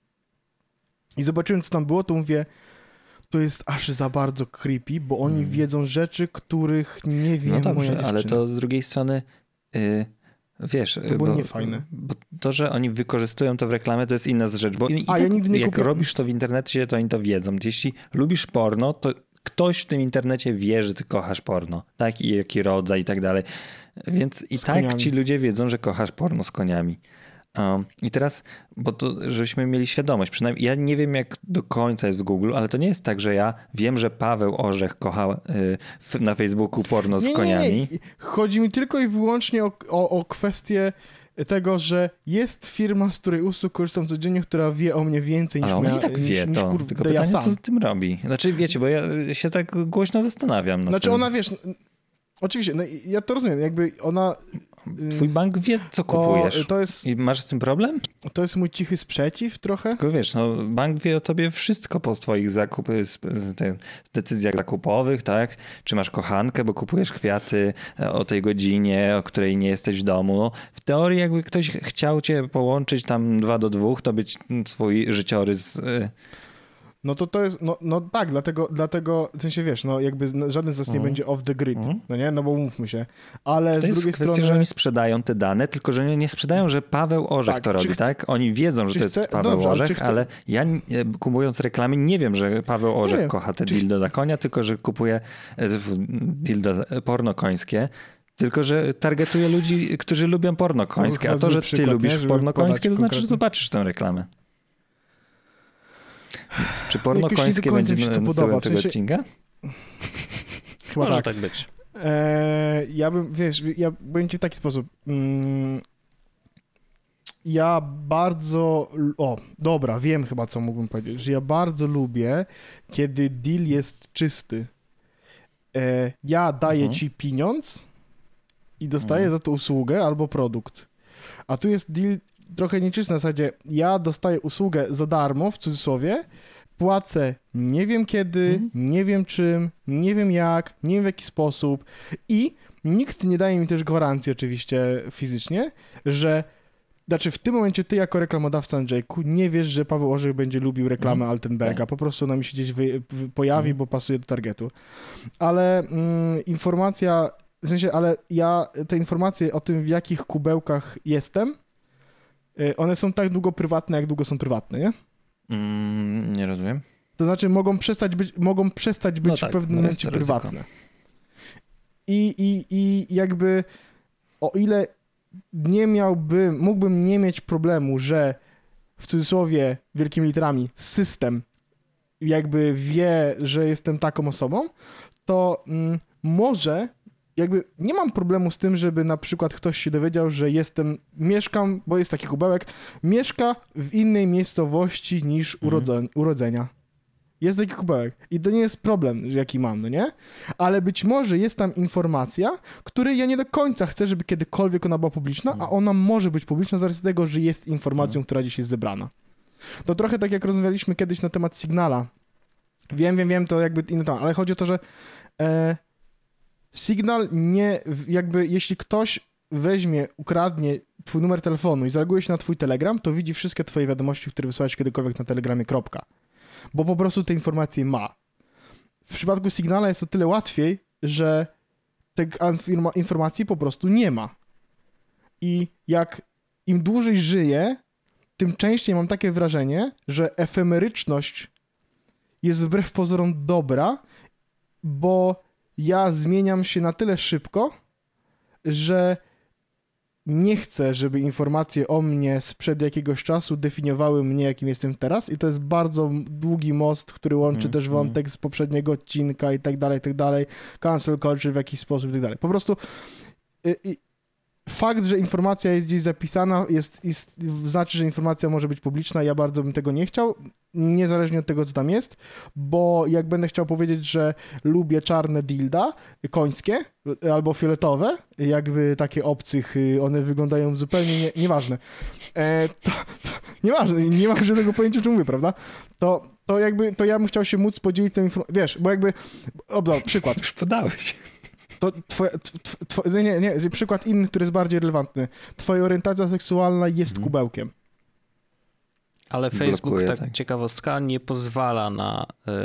i zobaczyłem, co tam było, to mówię, to jest aż za bardzo creepy, bo oni hmm. wiedzą rzeczy, których nie wie no dobrze, moja dziewczyna. Ale to z drugiej strony, yy, wiesz... To było bo, niefajne. Bo to, że oni wykorzystują to w reklamie, to jest inna rzecz, bo i A, tak, ja nigdy nie jak kupię... robisz to w internecie, to oni to wiedzą. Jeśli lubisz porno, to ktoś w tym internecie wie, że ty kochasz porno, tak? I jaki rodzaj i tak dalej. Więc i z tak koniami. ci ludzie wiedzą, że kochasz porno z koniami. Um, I teraz, bo to, żebyśmy mieli świadomość, przynajmniej ja nie wiem jak do końca jest w Google, ale to nie jest tak, że ja wiem, że Paweł Orzech kocha y, na Facebooku porno z nie, koniami. Nie, nie. Chodzi mi tylko i wyłącznie o, o, o kwestię tego, że jest firma, z której usług korzystam codziennie, która wie o mnie więcej niż ale ja. Ale on i tak wie niż, to, niż, tylko ja pytanie, sam. co z tym robi. Znaczy wiecie, bo ja się tak głośno zastanawiam. Znaczy tym. ona, wiesz, oczywiście, no ja to rozumiem, jakby ona... Twój bank wie, co kupujesz. O, to jest, I masz z tym problem? To jest mój cichy sprzeciw trochę. Tylko wiesz, no, bank wie o tobie wszystko po twoich zakupy, decyzjach zakupowych, tak? Czy masz kochankę, bo kupujesz kwiaty o tej godzinie, o której nie jesteś w domu. No, w teorii jakby ktoś chciał cię połączyć tam dwa do dwóch, to być swój życiorys... No to to jest, no, no tak, dlatego, dlatego, w sensie wiesz, no jakby żaden z nas nie mm. będzie off the grid, mm. no nie, no bo mówmy się, ale to z drugiej jest kwestia, strony... że oni sprzedają te dane, tylko że nie sprzedają, że Paweł Orzech tak, to robi, chce... tak? Oni wiedzą, że to jest chce... Paweł Dobrze, Orzech, chce... ale ja kupując reklamy nie wiem, że Paweł Orzech kocha te czy... dildo dla konia, tylko że kupuje dildo porno końskie. Tylko, że targetuje ludzi, którzy lubią porno końskie, a to, że ty przykład, lubisz nie? porno końskie, to znaczy, konkretnie. że zobaczysz tę reklamę. Czy porno Jakoś końskie będzie na tego w sensie... odcinka? Chyba może tak, tak być. Eee, ja bym, wiesz, ja powiem ci w taki sposób. Mm, ja bardzo... O, dobra, wiem chyba, co mógłbym powiedzieć. Że ja bardzo lubię, kiedy deal jest czysty. Eee, ja daję mhm. ci pieniądz i dostaję mhm. za to usługę albo produkt. A tu jest deal trochę nieczysty na zasadzie, ja dostaję usługę za darmo, w cudzysłowie, płacę nie wiem kiedy, mhm. nie wiem czym, nie wiem jak, nie wiem w jaki sposób i nikt nie daje mi też gwarancji oczywiście fizycznie, że znaczy w tym momencie ty jako reklamodawca, Andrzejku, nie wiesz, że Paweł Orzech będzie lubił reklamę mm, Altenberga. Tak. Po prostu ona mi się gdzieś wy, wy, pojawi, mm. bo pasuje do targetu. Ale mm, informacja, w sensie, ale ja te informacje o tym, w jakich kubełkach jestem, one są tak długo prywatne, jak długo są prywatne, nie? Mm, nie rozumiem. To znaczy mogą przestać być, mogą przestać być no tak, w pewnym momencie prywatne. I, i, I jakby o ile nie miałbym, mógłbym nie mieć problemu, że w cudzysłowie wielkimi literami system jakby wie, że jestem taką osobą, to mm, może jakby nie mam problemu z tym, żeby na przykład ktoś się dowiedział, że jestem, mieszkam, bo jest taki kubełek, mieszka w innej miejscowości niż urodze, urodzenia. Jest taki kubełek. I to nie jest problem, jaki mam, no nie? Ale być może jest tam informacja, której ja nie do końca chcę, żeby kiedykolwiek ona była publiczna, a ona może być publiczna z racji tego, że jest informacją, która dziś jest zebrana. To trochę tak jak rozmawialiśmy kiedyś na temat Signala. Wiem, wiem, wiem, to jakby inny temat, ale chodzi o to, że e, Signal nie, jakby jeśli ktoś weźmie, ukradnie twój numer telefonu i zareaguje się na twój Telegram, to widzi wszystkie twoje wiadomości, które wysłałeś kiedykolwiek na Telegramie, kropka. Bo po prostu te informacje ma. W przypadku Signala jest to tyle łatwiej, że tych informacji po prostu nie ma. I jak im dłużej żyję, tym częściej mam takie wrażenie, że efemeryczność jest wbrew pozorom dobra bo ja zmieniam się na tyle szybko, że nie chcę, żeby informacje o mnie sprzed jakiegoś czasu definiowały mnie, jakim jestem teraz i to jest bardzo długi most, który łączy mm, też wątek mm. z poprzedniego odcinka i tak dalej, i tak dalej, cancel culture w jakiś sposób i tak dalej. Po prostu y, y, fakt, że informacja jest gdzieś zapisana, jest, jest, znaczy, że informacja może być publiczna. Ja bardzo bym tego nie chciał, niezależnie od tego, co tam jest, bo jak będę chciał powiedzieć, że lubię czarne dilda, końskie albo fioletowe, jakby takie obcych, one wyglądają zupełnie, nie, nieważne. E, to, to, nieważne, nie mam żadnego pojęcia, czym mówię, prawda? To, to jakby, to ja bym chciał się móc podzielić tą informacją, wiesz, bo jakby, oddał, przykład. Już podałeś. To twoja, tw, tw, nie, nie, przykład inny, który jest bardziej relevantny. Twoja orientacja seksualna jest hmm. kubełkiem. Ale Facebook, Blokuje, tak, tak ciekawostka, nie pozwala na,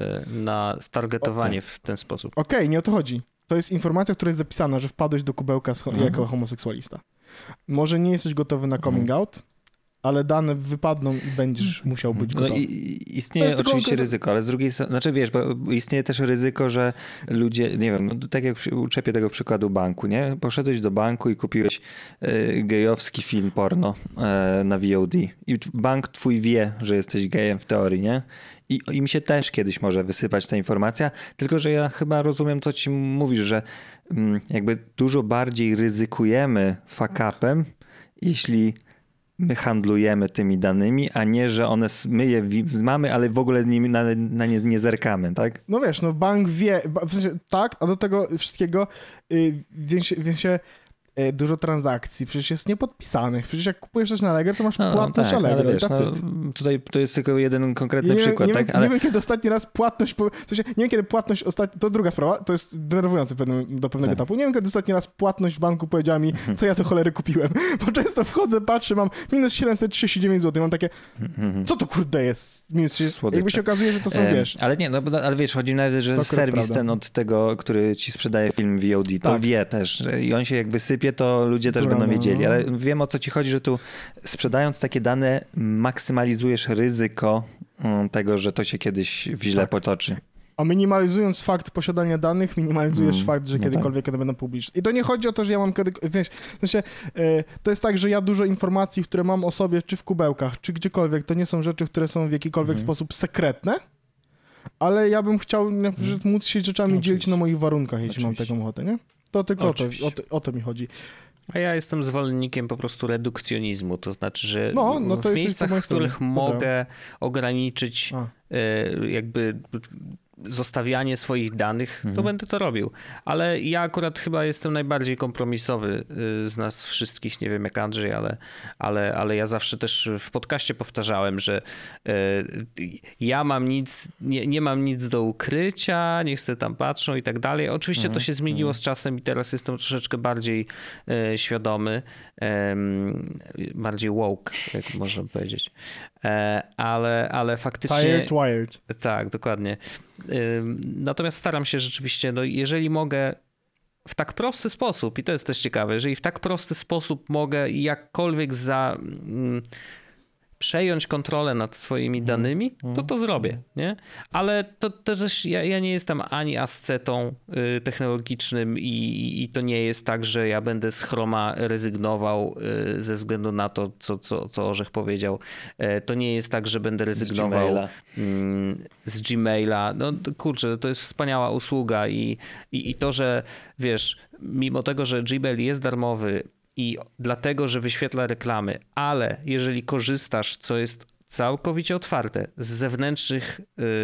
na stargetowanie okay. w ten sposób. Okej, okay, nie o to chodzi. To jest informacja, która jest zapisana, że wpadłeś do kubełka mhm. jako homoseksualista. Może nie jesteś gotowy na coming mhm. out, ale dane wypadną i będziesz musiał być gotowy. No i istnieje oczywiście tylko... ryzyko, ale z drugiej strony, znaczy wiesz, bo istnieje też ryzyko, że ludzie, nie wiem, no tak jak uczepię tego przykładu banku, nie? Poszedłeś do banku i kupiłeś e, gejowski film porno e, na V O D i bank twój wie, że jesteś gejem w teorii, nie? I im się też kiedyś może wysypać ta informacja, tylko że ja chyba rozumiem, co ci mówisz, że mm, jakby dużo bardziej ryzykujemy fuck-upem, jeśli my handlujemy tymi danymi, a nie, że one, my je mamy, ale w ogóle nie, na, na nie, nie zerkamy, tak? No wiesz, no bank wie, w sensie, tak, a do tego wszystkiego yy, więc, więc się yy, dużo transakcji, przecież jest niepodpisanych, przecież jak kupujesz coś na Allegro, to masz no, płatność tak, Allegro. Ale wiesz, no, tutaj to jest tylko jeden konkretny nie przykład, nie tak? Wiem, ale... Nie wiem, kiedy ostatni raz płatność, w sensie, nie wiem, kiedy płatność ostatni, to druga sprawa, to jest denerwujące pewnym, do pewnego tak. etapu, nie wiem, kiedy ostatni raz płatność w banku powiedziała mi, co ja do cholery kupiłem, bo często wchodzę, patrzę, mam minus siedemset trzydzieści dziewięć złotych, mam takie, co to kurde jest? Minus trzydzieści, jakby się okazuje, że to są, e, wiesz. Ale nie, no, ale wiesz, chodzi nawet, że to serwis prawda. ten od tego, który ci sprzedaje film V O D, to tak. wie też, że i on się jak wysypie, to ludzie też Dobra, będą wiedzieli, ale wiem, o co ci chodzi, że tu sprzedając takie dane maksymalizujesz ryzyko tego, że to się kiedyś w źle tak. potoczy. A minimalizując fakt posiadania danych, minimalizujesz hmm, fakt, że no kiedykolwiek tak. one będą publiczne. I to nie chodzi o to, że ja mam kiedy... Wiesz, w sensie, yy, to jest tak, że ja dużo informacji, które mam o sobie, czy w kubełkach, czy gdziekolwiek, to nie są rzeczy, które są w jakikolwiek hmm. sposób sekretne, ale ja bym chciał hmm. móc się rzeczami Oczywiście. dzielić na moich warunkach, jeśli Oczywiście. mam taką ochotę, nie? To tylko o to, o, to, o to mi chodzi. A ja jestem zwolennikiem po prostu redukcjonizmu, to znaczy, że no, no to w miejscach, w których mogę ograniczyć y, jakby zostawianie swoich danych, mhm. to będę to robił. Ale ja akurat chyba jestem najbardziej kompromisowy z nas wszystkich, nie wiem jak Andrzej, ale, ale, ale ja zawsze też w podcaście powtarzałem, że y, ja mam nic, nie, nie mam nic do ukrycia, niech sobie tam patrzą i tak dalej. Oczywiście mhm. to się zmieniło mhm. z czasem i teraz jestem troszeczkę bardziej y, świadomy, y, bardziej woke, jak można powiedzieć. Ale, ale faktycznie... Tired, wired. Tak, dokładnie. Natomiast staram się rzeczywiście, no jeżeli mogę w tak prosty sposób, i to jest też ciekawe, jeżeli w tak prosty sposób mogę jakkolwiek za... przejąć kontrolę nad swoimi danymi, to to zrobię, nie? Ale to, to też ja, ja nie jestem ani ascetą y, technologicznym i, i to nie jest tak, że ja będę z Chroma rezygnował y, ze względu na to, co, co, co Orzech powiedział. Y, to nie jest tak, że będę rezygnował z Gmaila. Y, z Gmaila. No kurczę, to jest wspaniała usługa i, i, i to, że wiesz, mimo tego, że Gmail jest darmowy, i dlatego, że wyświetla reklamy, ale jeżeli korzystasz, co jest całkowicie otwarte, z zewnętrznych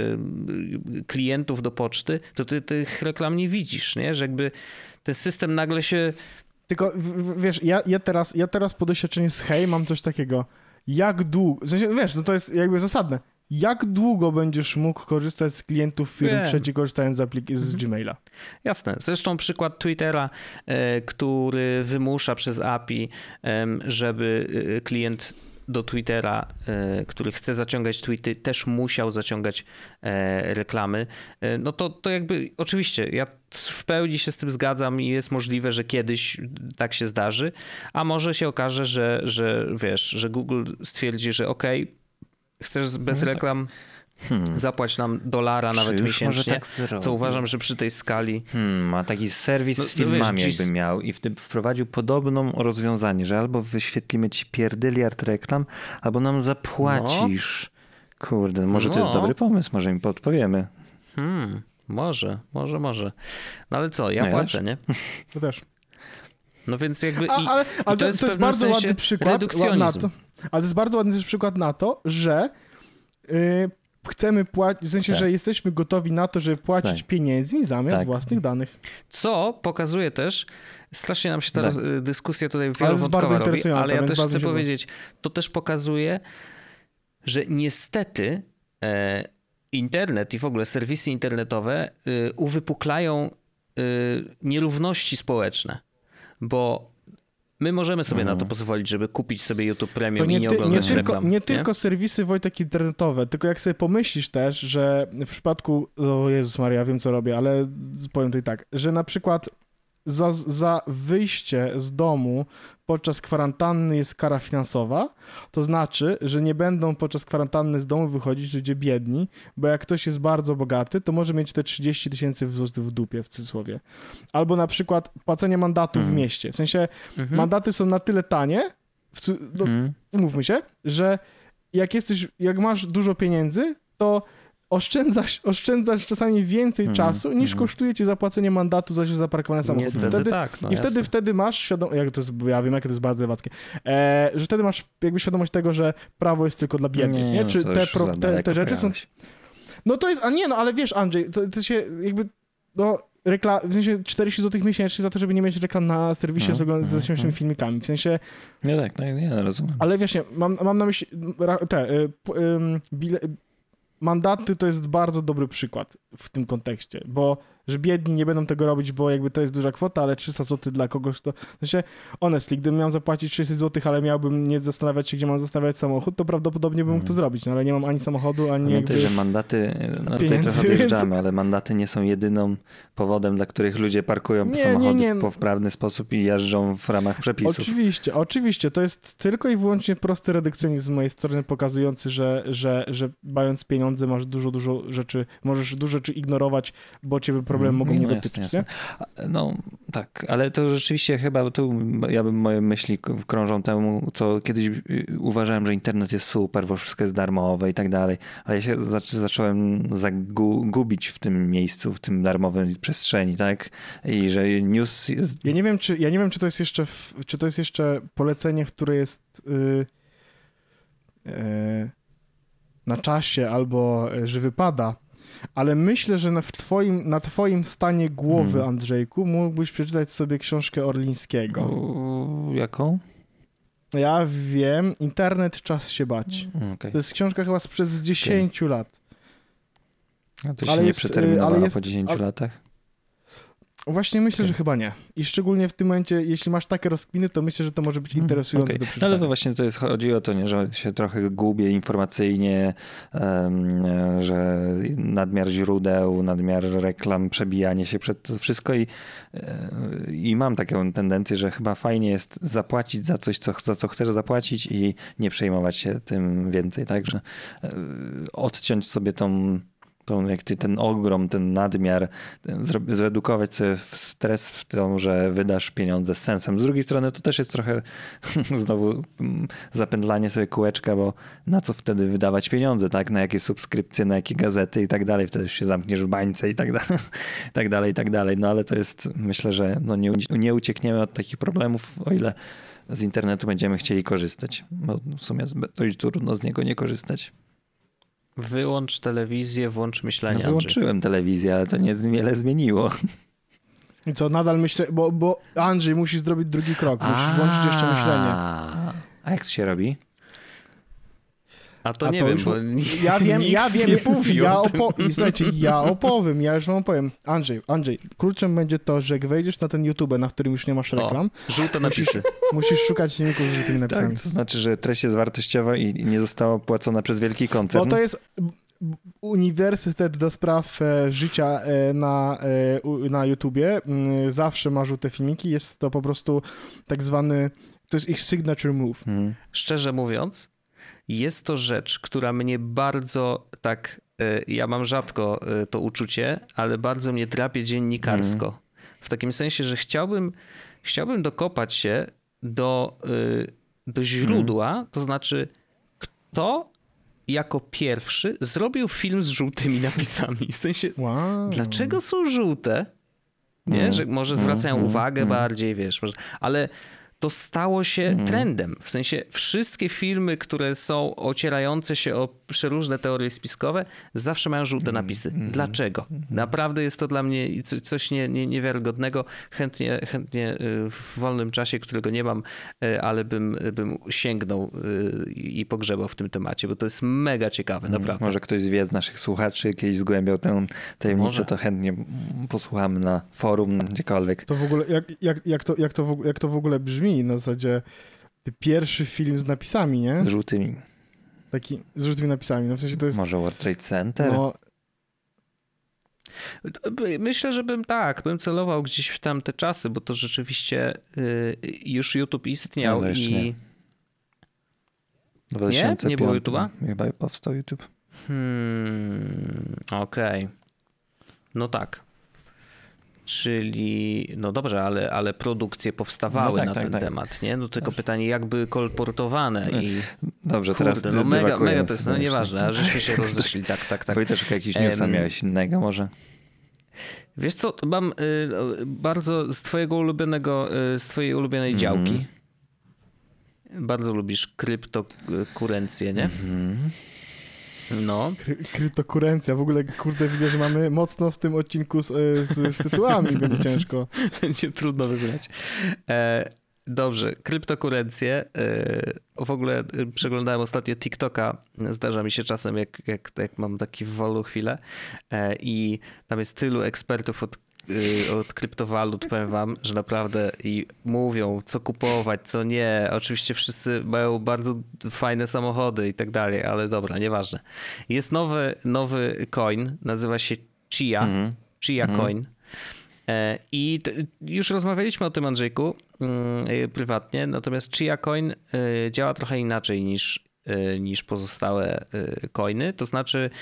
y, klientów do poczty, to ty tych reklam nie widzisz, nie? Że jakby ten system nagle się... Tylko w, wiesz, ja, ja, teraz, ja teraz po doświadczeniu z Hej mam coś takiego, jak długo, w sensie, wiesz, no to jest jakby zasadne, jak długo będziesz mógł korzystać z klientów firm trzecich, korzystając z, aplik- z Gmaila? Jasne. Zresztą przykład Twittera, e, który wymusza przez A P I, e, żeby klient do Twittera, e, który chce zaciągać tweety, też musiał zaciągać e, reklamy. E, no to, to jakby oczywiście ja w pełni się z tym zgadzam i jest możliwe, że kiedyś tak się zdarzy, a może się okaże, że, że wiesz, że Google stwierdzi, że okej, okay, chcesz bez reklam? Hmm. Zapłać nam dolara nawet już miesięcznie, może tak zrobić? Co uważam, że przy tej skali... Hmm, ma taki serwis no, z filmami wiesz, jakby miał i wtedy wprowadził podobną rozwiązanie, że albo wyświetlimy ci pierdyliard reklam, albo nam zapłacisz. No. Kurde, może no. to jest dobry pomysł, może im podpowiemy. Hmm, może, może, może. No ale co, ja no płacę, ja nie? To też. No więc jakby... A, i, ale ale i to, to, jest, to jest bardzo ładny przykład na to, ale to jest bardzo ładny przykład na to, że yy, chcemy płacić, w sensie, tak. że jesteśmy gotowi na to, żeby płacić tak. pieniędzmi zamiast tak. własnych danych. Co pokazuje też, strasznie nam się ta tak. dyskusja tutaj wielowątkowa robi, interesująca, ale ja też chcę się powiedzieć, to też pokazuje, że niestety e, internet i w ogóle serwisy internetowe y, uwypuklają y, nierówności społeczne, bo my możemy sobie mm. na to pozwolić, żeby kupić sobie YouTube Premium nie i nie ty, oglądać nie tylko, reklam. Nie, nie tylko serwisy, Wojtek, internetowe, tylko jak sobie pomyślisz też, że w przypadku, o Jezus Maria, wiem co robię, ale powiem to i tak, że na przykład za, za wyjście z domu podczas kwarantanny jest kara finansowa, to znaczy, że nie będą podczas kwarantanny z domu wychodzić ludzie biedni, bo jak ktoś jest bardzo bogaty, to może mieć te trzydzieści tysięcy w, w dupie, w cudzysłowie. Albo na przykład płacenie mandatów mm. w mieście. W sensie mm-hmm. mandaty są na tyle tanie, w, no, mm. umówmy się, że jak jesteś, jak masz dużo pieniędzy, to oszczędzasz, oszczędzasz czasami więcej mm, czasu, niż mm. kosztuje ci zapłacenie mandatu za zaparkowane samochody. Wtedy, tak, no I wtedy, wtedy masz świadomość, jak to jest, ja wiem, jakie to jest bardzo lewackie, e, że wtedy masz jakby świadomość tego, że prawo jest tylko dla biednych, nie? nie? Czy te, pro, te, te rzeczy są... No to jest, a nie, no ale wiesz, Andrzej, to, to się jakby, no, rekla... w sensie czterdzieści złotych miesięcznie za to, żeby nie mieć reklam na serwisie no, z, no, z osiemdziesięcioma no. filmikami, w sensie... Nie tak, no, nie, nie rozumiem. Ale wiesz, nie, mam, mam na myśli te, y, y, bile... mandaty to jest bardzo dobry przykład w tym kontekście, bo że biedni nie będą tego robić, bo jakby to jest duża kwota, ale trzysta złotych dla kogoś to... W sensie, honestly, gdybym miał zapłacić trzysta złotych, ale miałbym nie zastanawiać się, gdzie mam zostawiać samochód, to prawdopodobnie bym mógł to zrobić, no ale nie mam ani samochodu, ani Pamiętaj, jakby... że mandaty, no pieniędzy, tutaj trochę odjeżdżamy, więc... ale mandaty nie są jedyną powodem, dla których ludzie parkują nie, samochody nie, nie. w poprawny sposób i jeżdżą w ramach przepisów. Oczywiście, oczywiście. To jest tylko i wyłącznie prosty redukcjonizm z mojej strony, pokazujący, że, że, że mając pieniądze masz dużo, dużo rzeczy, możesz dużo rzeczy ignorować, bo ciebie problemy mogą nie, nie dotyczyć. Jasne, jasne. No tak, ale to rzeczywiście chyba tu ja bym moje myśli krążą temu, co kiedyś uważałem, że internet jest super, bo wszystko jest darmowe i tak dalej, ale ja się zacząłem zagubić w tym miejscu, w tym darmowym przestrzeni, tak? I że news jest... Ja nie wiem, czy, ja nie wiem, czy to jest jeszcze, czy to jest jeszcze polecenie, które jest yy, yy, na czasie albo że wypada, ale myślę, że na, w twoim, na twoim stanie głowy, hmm. Andrzejku, mógłbyś przeczytać sobie książkę Orlińskiego. O, jaką? Ja wiem. Internet, czas się bać. Okay. To jest książka chyba sprzed dziesięciu okay. lat. A to się ale nie jest, przeterminowała ale jest, po dziesięciu ale... latach? Właśnie myślę, okay. że chyba nie. I szczególnie w tym momencie, jeśli masz takie rozkminy, to myślę, że to może być interesujące okay. do przeczytania. No ale to właśnie to jest, chodzi o to, nie, że się trochę gubię informacyjnie, um, że nadmiar źródeł, nadmiar reklam, przebijanie się przed to wszystko i, i mam taką tendencję, że chyba fajnie jest zapłacić za coś, co, za co chcesz zapłacić i nie przejmować się tym więcej, tak, że odciąć sobie tą Tą, jak ty, ten ogrom, ten nadmiar, ten, zredukować sobie stres w tym, że wydasz pieniądze z sensem. Z drugiej strony to też jest trochę znowu zapędlanie sobie kółeczka, bo na co wtedy wydawać pieniądze, tak? Na jakie subskrypcje, na jakie gazety i tak dalej. Wtedy się zamkniesz w bańce i tak dalej, i tak dalej, i tak dalej. No ale to jest, myślę, że no nie, nie uciekniemy od takich problemów, o ile z internetu będziemy chcieli korzystać. Bo w sumie dość trudno z niego nie korzystać. Wyłącz telewizję, włącz myślenie. No, wyłączyłem Andrzej. telewizję, ale to nie wiele zmieniło. I co, nadal myślę, bo, bo Andrzej musisz zrobić drugi krok, musisz a, włączyć jeszcze myślenie. A jak to się robi? A to a nie to wiem, już, bo ja wiem, ja wiem, nie mówił ja opo- I słuchajcie, ja opowiem, ja już wam opowiem. Andrzej, Andrzej, kluczem będzie to, że jak wejdziesz na ten YouTube, na którym już nie masz reklam, o, żółte napisy. Musisz, musisz szukać filmików z żółtymi napisami. Tak, to znaczy, że treść jest wartościowa i nie została opłacona przez wielki koncern. Bo to jest Uniwersytet do spraw życia na, na YouTubie. Zawsze ma żółte filmiki. Jest to po prostu tak zwany, to jest ich signature move. Hmm. Szczerze mówiąc, jest to rzecz, która mnie bardzo tak ja mam rzadko to uczucie, ale bardzo mnie drapie dziennikarsko. Mm. W takim sensie, że chciałbym, chciałbym dokopać się do, do źródła, mm. to znaczy kto jako pierwszy zrobił film z żółtymi napisami. W sensie, wow. dlaczego są żółte? Nie, mm. że może zwracają mm. uwagę mm. bardziej, wiesz, może, ale to stało się mm. trendem. W sensie wszystkie filmy, które są ocierające się o przeróżne teorie spiskowe, zawsze mają żółte napisy. Mm. Dlaczego? Naprawdę jest to dla mnie coś nie, nie, niewiarygodnego. Chętnie, chętnie w wolnym czasie, którego nie mam, ale bym, bym sięgnął i pogrzebał w tym temacie, bo to jest mega ciekawe, naprawdę. Może ktoś wie z naszych słuchaczy kiedyś zgłębiał tę tajemnicę, Może. to chętnie posłuchamy na forum, gdziekolwiek. To w ogóle, jak, jak, jak, to, jak, to, w, jak to w ogóle brzmi? Na zasadzie pierwszy film z napisami, nie? Z żółtymi. Taki, z żółtymi napisami. No w sensie to jest... Może World Trade Center? No... Myślę, że bym tak, bym celował gdzieś w tamte czasy, bo to rzeczywiście y, już YouTube istniał no, i... Nie? Nie? Nie było YouTube'a? Chyba powstał YouTube. Hmm, okej. Okay. No tak. Czyli, no dobrze, ale, ale produkcje powstawały no tak, na tak, ten tak. temat, nie? No tylko dobrze. Pytanie, jak były kolportowane i... Dobrze, kurde, teraz no mega, mega to jest, no nieważne, a żeśmy się rozeszli, tak, tak, tak. Wojteczek, jakiś newsa um, miałeś innego może? Wiesz co, mam y, bardzo z twojego ulubionego, y, z twojej ulubionej mm-hmm. działki. Bardzo lubisz kryptokurencję, nie? Mm-hmm. No. Kry, kryptokurencja. W ogóle, kurde, widzę, że mamy mocno w tym odcinku z, z, z tytułami. Będzie ciężko. Będzie trudno wybrać. E, dobrze, kryptokurencje. E, w ogóle przeglądałem ostatnio TikToka. Zdarza mi się czasem, jak, jak, jak mam taki wolną chwilę. E, I tam jest tylu ekspertów od od kryptowalut, powiem wam, że naprawdę i mówią, co kupować, co nie. Oczywiście wszyscy mają bardzo fajne samochody i tak dalej, ale dobra, nieważne. Jest nowy, nowy coin, nazywa się Chia, mm-hmm. Chia mm-hmm. Coin. I t- już rozmawialiśmy o tym, Andrzejku, yy, prywatnie, natomiast Chia Coin yy, działa trochę inaczej niż, yy, niż pozostałe yy, coiny, to znaczy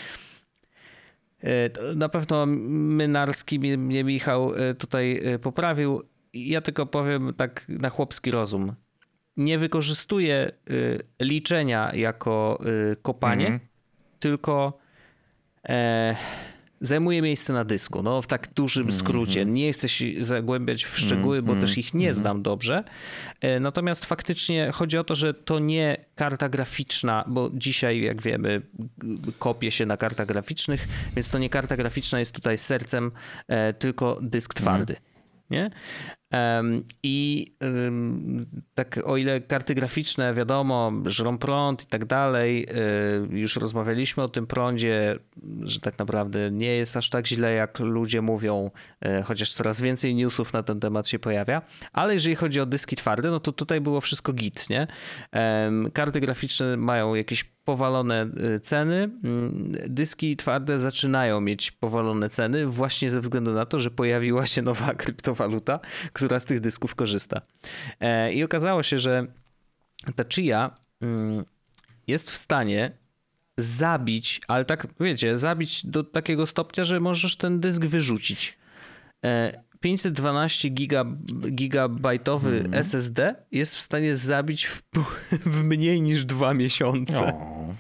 na pewno Mynarski mnie Michał tutaj poprawił. Ja tylko powiem tak na chłopski rozum. Nie wykorzystuję liczenia jako kopanie, mm-hmm. tylko e, zajmuje miejsce na dysku. No w tak dużym skrócie. Mm-hmm. Nie chcę się zagłębiać w szczegóły, bo mm-hmm. też ich nie znam dobrze. Natomiast faktycznie chodzi o to, że to nie karta graficzna, bo dzisiaj, jak wiemy, kopie się na kartach graficznych, więc to nie karta graficzna jest tutaj sercem, tylko dysk twardy. Mm. Nie? Um, I um, tak o ile karty graficzne, wiadomo, żrą prąd i tak dalej, y, już rozmawialiśmy o tym prądzie, że tak naprawdę nie jest aż tak źle, jak ludzie mówią, y, chociaż coraz więcej newsów na ten temat się pojawia, ale jeżeli chodzi o dyski twarde, no to tutaj było wszystko git, nie? Um, karty graficzne mają jakieś powalone ceny, dyski twarde zaczynają mieć powalone ceny właśnie ze względu na to, że pojawiła się nowa kryptowaluta, która z tych dysków korzysta. I okazało się, że ta Chia jest w stanie zabić, ale tak wiecie, zabić do takiego stopnia, że możesz ten dysk wyrzucić. pięćset dwanaście giga, gigabajtowy mm. S S D jest w stanie zabić w, w mniej niż dwa miesiące. O.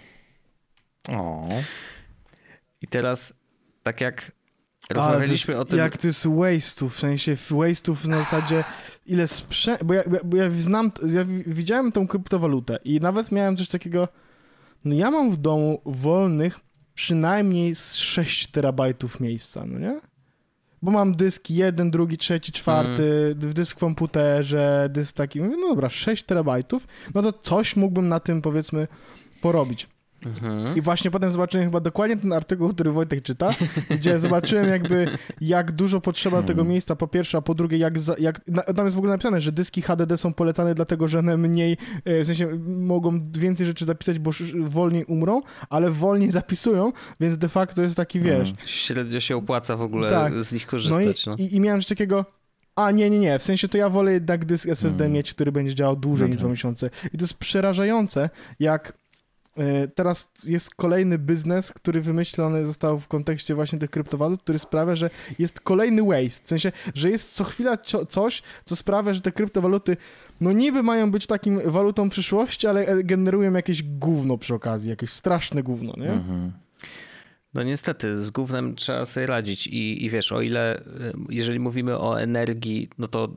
O. I teraz, tak jak rozmawialiśmy jest, o tym... Jak to jest waste'ów, w sensie waste'ów na zasadzie ile sprzętu... Bo ja, bo ja znam, ja widziałem tą kryptowalutę i nawet miałem coś takiego... No ja mam w domu wolnych przynajmniej z sześć terabajtów miejsca, no nie? Bo mam dysk jeden, drugi, trzeci, czwarty, mm. dysk w komputerze, dysk taki, mówię, no dobra, sześć terabajtów, no to coś mógłbym na tym, powiedzmy, porobić. Mhm. I właśnie potem zobaczyłem chyba dokładnie ten artykuł, który Wojtek czyta, gdzie zobaczyłem jakby jak dużo potrzeba hmm. tego miejsca, po pierwsze, a po drugie jak, za, jak tam jest w ogóle napisane, że dyski H D D są polecane dlatego, że one mniej, w sensie mogą więcej rzeczy zapisać, bo wolniej umrą, ale wolniej zapisują, więc de facto jest taki, wiesz... Hmm. Średnio się opłaca w ogóle tak. z nich korzystać. No i, no. i, i miałem coś takiego... A, nie, nie, nie, w sensie to ja wolę jednak dysk S S D hmm. mieć, który będzie działał dłużej no niż dwa miesiące. I to jest przerażające, jak... teraz jest kolejny biznes, który wymyślony został w kontekście właśnie tych kryptowalut, który sprawia, że jest kolejny waste. W sensie, że jest co chwila cio- coś, co sprawia, że te kryptowaluty no niby mają być takim walutą przyszłości, ale generują jakieś gówno przy okazji, jakieś straszne gówno, nie? Mhm. No niestety, z gównem trzeba sobie radzić i, i wiesz, o ile, jeżeli mówimy o energii, no to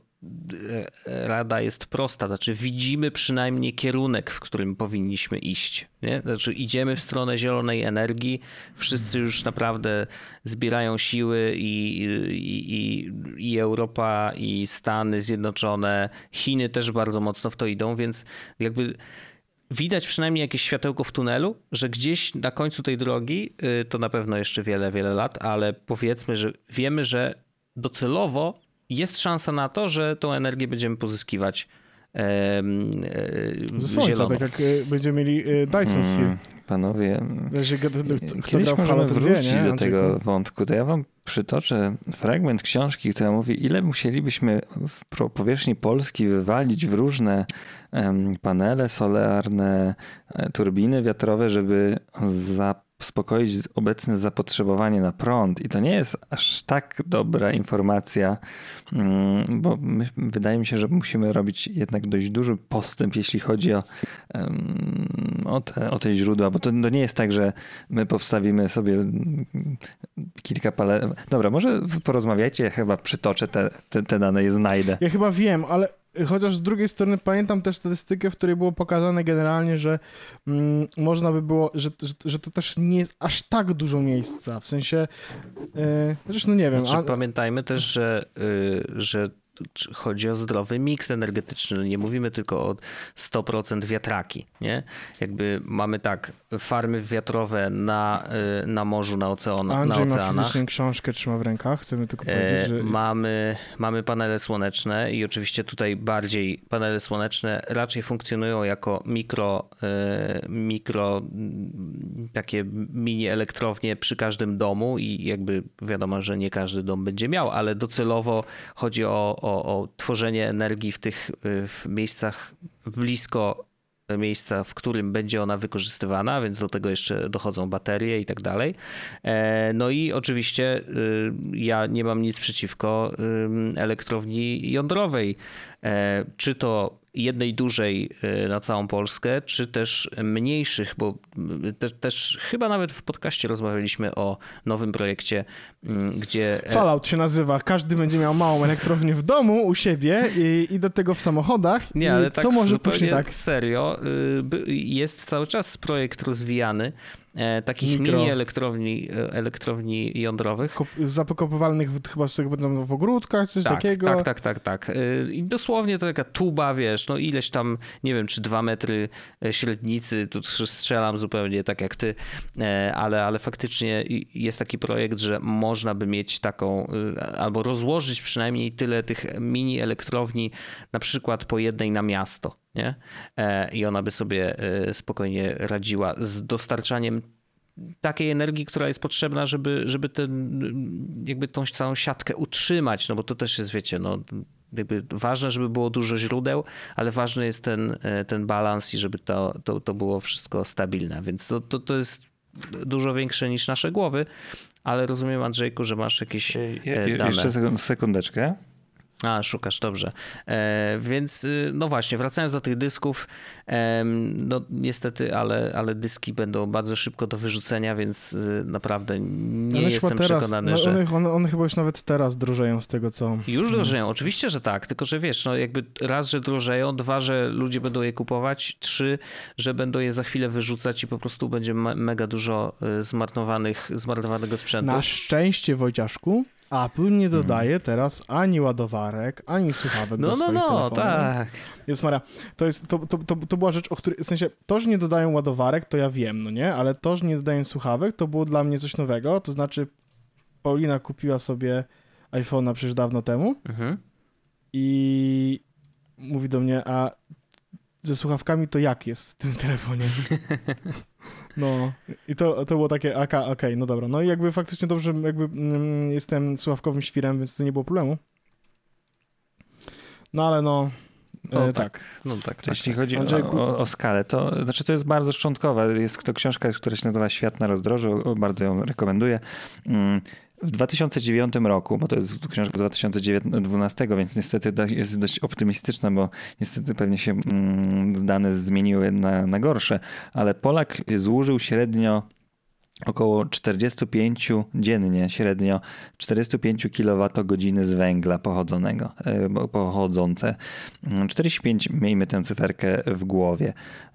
rada jest prosta, znaczy widzimy przynajmniej kierunek, w którym powinniśmy iść, nie? Znaczy idziemy w stronę zielonej energii, wszyscy już naprawdę zbierają siły i, i, i, i Europa, i Stany Zjednoczone, Chiny też bardzo mocno w to idą, więc jakby widać przynajmniej jakieś światełko w tunelu, że gdzieś na końcu tej drogi, to na pewno jeszcze wiele, wiele lat, ale powiedzmy, że wiemy, że docelowo jest szansa na to, że tą energię będziemy pozyskiwać e, e, ze słońca, zielono. tak jak e, będziemy mieli e, Dyson Sphere. Mm, panowie, Znaczy, kto kiedyś grał w możemy Halo, wrócić wie, nie? do tego wątku. To ja wam przytoczę fragment książki, która mówi, ile musielibyśmy w powierzchni Polski wywalić w różne um, panele solarne, turbiny wiatrowe, żeby zaspokoić obecne zapotrzebowanie na prąd. I to nie jest aż tak dobra informacja, um, bo my, wydaje mi się, że musimy robić jednak dość duży postęp, jeśli chodzi o, um, o, te, o te źródła, bo to, to nie jest tak, że my postawimy sobie kilka palet. Dobra, może porozmawiajcie, ja chyba przytoczę te, te, te dane i znajdę. Ja chyba wiem, ale chociaż z drugiej strony pamiętam też statystykę, w której było pokazane generalnie, że mm, można by było, że, że, że to też nie jest aż tak dużo miejsca, w sensie, yy, zresztą no nie wiem. Znaczy, a... Pamiętajmy też, że, yy, że chodzi o zdrowy miks energetyczny. Nie mówimy tylko o sto procent wiatraki, nie? Jakby mamy tak, farmy wiatrowe na, na morzu, na, ocean, Andrzej na oceanach. ma fizycznie książkę, trzyma w rękach, chcemy tylko powiedzieć, że... Mamy, mamy panele słoneczne i oczywiście tutaj bardziej panele słoneczne raczej funkcjonują jako mikro, mikro takie mini elektrownie przy każdym domu i jakby wiadomo, że nie każdy dom będzie miał, ale docelowo chodzi o O, o tworzenie energii w tych w miejscach blisko miejsca, w którym będzie ona wykorzystywana, więc do tego jeszcze dochodzą baterie i tak dalej. No i oczywiście ja nie mam nic przeciwko elektrowni jądrowej. Czy to jednej dużej na całą Polskę, czy też mniejszych, bo te, też chyba nawet w podcaście rozmawialiśmy o nowym projekcie, gdzie... Fallout się nazywa. Każdy będzie miał małą elektrownię w domu, u siebie i, i do tego w samochodach. Nie, ale I tak co może zupełnie tak? serio, jest cały czas projekt rozwijany takich Mikro. mini elektrowni, elektrowni jądrowych. Zapokopywalnych w, chyba z będą w ogródkach, coś tak, takiego. Tak, tak, tak, tak. I dosłownie to taka tuba, wiesz, no ileś tam, nie wiem, czy dwa metry średnicy, tu strzelam zupełnie tak jak ty, ale, ale faktycznie jest taki projekt, że można by mieć taką, albo rozłożyć przynajmniej tyle tych mini elektrowni, na przykład po jednej na miasto. Nie? I ona by sobie spokojnie radziła z dostarczaniem takiej energii, która jest potrzebna, żeby, żeby ten, jakby tą całą siatkę utrzymać, no bo to też jest, wiecie, no jakby ważne, żeby było dużo źródeł, ale ważny jest ten, ten balans i żeby to, to, to było wszystko stabilne, więc to, to, to jest dużo większe niż nasze głowy, ale rozumiem, Andrzejku, że masz jakieś je, dane. Jeszcze sekundeczkę. A, szukasz, dobrze. E, więc no właśnie, wracając do tych dysków, e, no niestety, ale, ale dyski będą bardzo szybko do wyrzucenia, więc naprawdę nie one jestem teraz, przekonany, no, że... One, one, one chyba już nawet teraz drożeją z tego, co... Już drożeją, oczywiście, że tak, tylko że wiesz, no jakby raz, że drożeją, dwa, że ludzie będą je kupować, trzy, że będą je za chwilę wyrzucać i po prostu będzie me- mega dużo zmarnowanych, zmarnowanego sprzętu. Na szczęście, Wojciaszku, Apple nie dodaje teraz ani ładowarek, ani słuchawek no, do no, swoich no, telefonów. tak. Jezus Maria, to, jest, to, to, to, to była rzecz, o której, w sensie to, że nie dodają ładowarek, to ja wiem, no nie? Ale to, że nie dodają słuchawek, to było dla mnie coś nowego, to znaczy Paulina kupiła sobie iPhone'a przecież dawno temu Mhm. i mówi do mnie, a ze słuchawkami to jak jest w tym telefonie? No i to, to było takie, okej, okay, no dobra. No i jakby faktycznie dobrze, jakby mm, jestem słuchawkowym świrem, więc to nie było problemu. No ale no, No e, tak. tak. No tak, tak. Jeśli chodzi Andrzej, o, o, o skalę, to znaczy to jest bardzo szczątkowe. Jest to książka, która się nazywa Świat na rozdrożu, bardzo ją rekomenduję. W dwa tysiące dziewiątym roku, bo to jest książka z dwa tysiące dwunastego, więc niestety jest dość optymistyczna, bo niestety pewnie się dane zmieniły na, na gorsze, ale Polak zużył średnio około czterdzieści pięć dziennie, średnio czterdzieści pięć kilowatogodzin z węgla pochodzonego, pochodzące. czterdzieści pięć, miejmy tę cyferkę w głowie.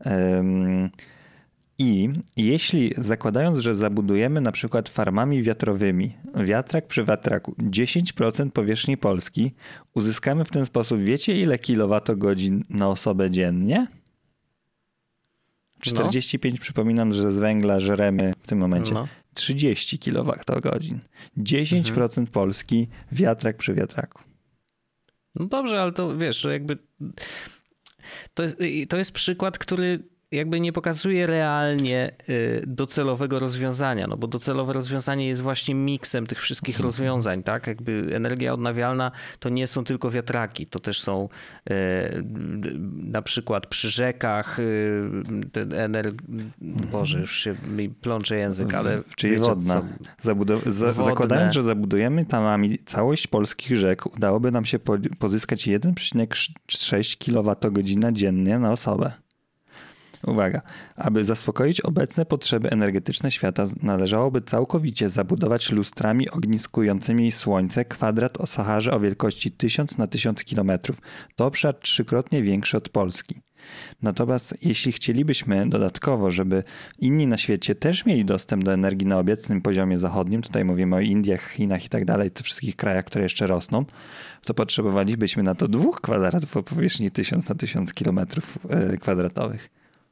I jeśli zakładając, że zabudujemy na przykład farmami wiatrowymi wiatrak przy wiatraku dziesięć procent powierzchni Polski, uzyskamy w ten sposób, wiecie ile kilowatogodzin na osobę dziennie? czterdzieści pięć, no. Przypominam, że z węgla żremy w tym momencie. No. trzydzieści kilowatogodzin. dziesięć procent mhm. Polski wiatrak przy wiatraku. No dobrze, ale to wiesz, że jakby to jest, to jest przykład, który jakby nie pokazuje realnie docelowego rozwiązania, no bo docelowe rozwiązanie jest właśnie miksem tych wszystkich rozwiązań, tak? Jakby energia odnawialna to nie są tylko wiatraki, to też są na przykład przy rzekach ten energ... Boże, już się mi plącze język, ale czyli wiecie, wodna. Zabudow... Za, zakładając, że zabudujemy tamami całość polskich rzek, udałoby nam się pozyskać jeden przecinek sześć kilowatogodzin dziennie na osobę. Uwaga, aby zaspokoić obecne potrzeby energetyczne świata, należałoby całkowicie zabudować lustrami ogniskującymi słońce kwadrat o Saharze o wielkości tysiąc na tysiąc kilometrów. To obszar trzykrotnie większy od Polski. Natomiast jeśli chcielibyśmy dodatkowo, żeby inni na świecie też mieli dostęp do energii na obecnym poziomie zachodnim, tutaj mówimy o Indiach, Chinach i tak dalej, tych wszystkich krajach, które jeszcze rosną, to potrzebowalibyśmy na to dwóch kwadratów o powierzchni tysiąc na tysiąc kilometrów kwadratowych.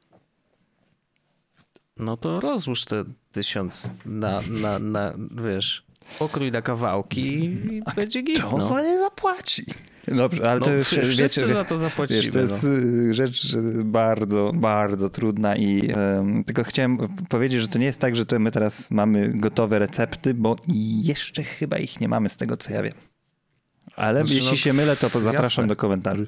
No to rozłóż te tysiąc na, na, na wiesz, pokrój na kawałki i A będzie git. Kto no. za nie zapłaci? Dobrze, ale no, to jest... Wszyscy wiecie, za to zapłacimy. Wiesz, to jest no. rzecz bardzo, bardzo trudna i um, tylko chciałem powiedzieć, że to nie jest tak, że to my teraz mamy gotowe recepty, bo jeszcze chyba ich nie mamy z tego, co ja wiem. Ale znaczy, jeśli no, się mylę, to, to zapraszam jasne. do komentarzy.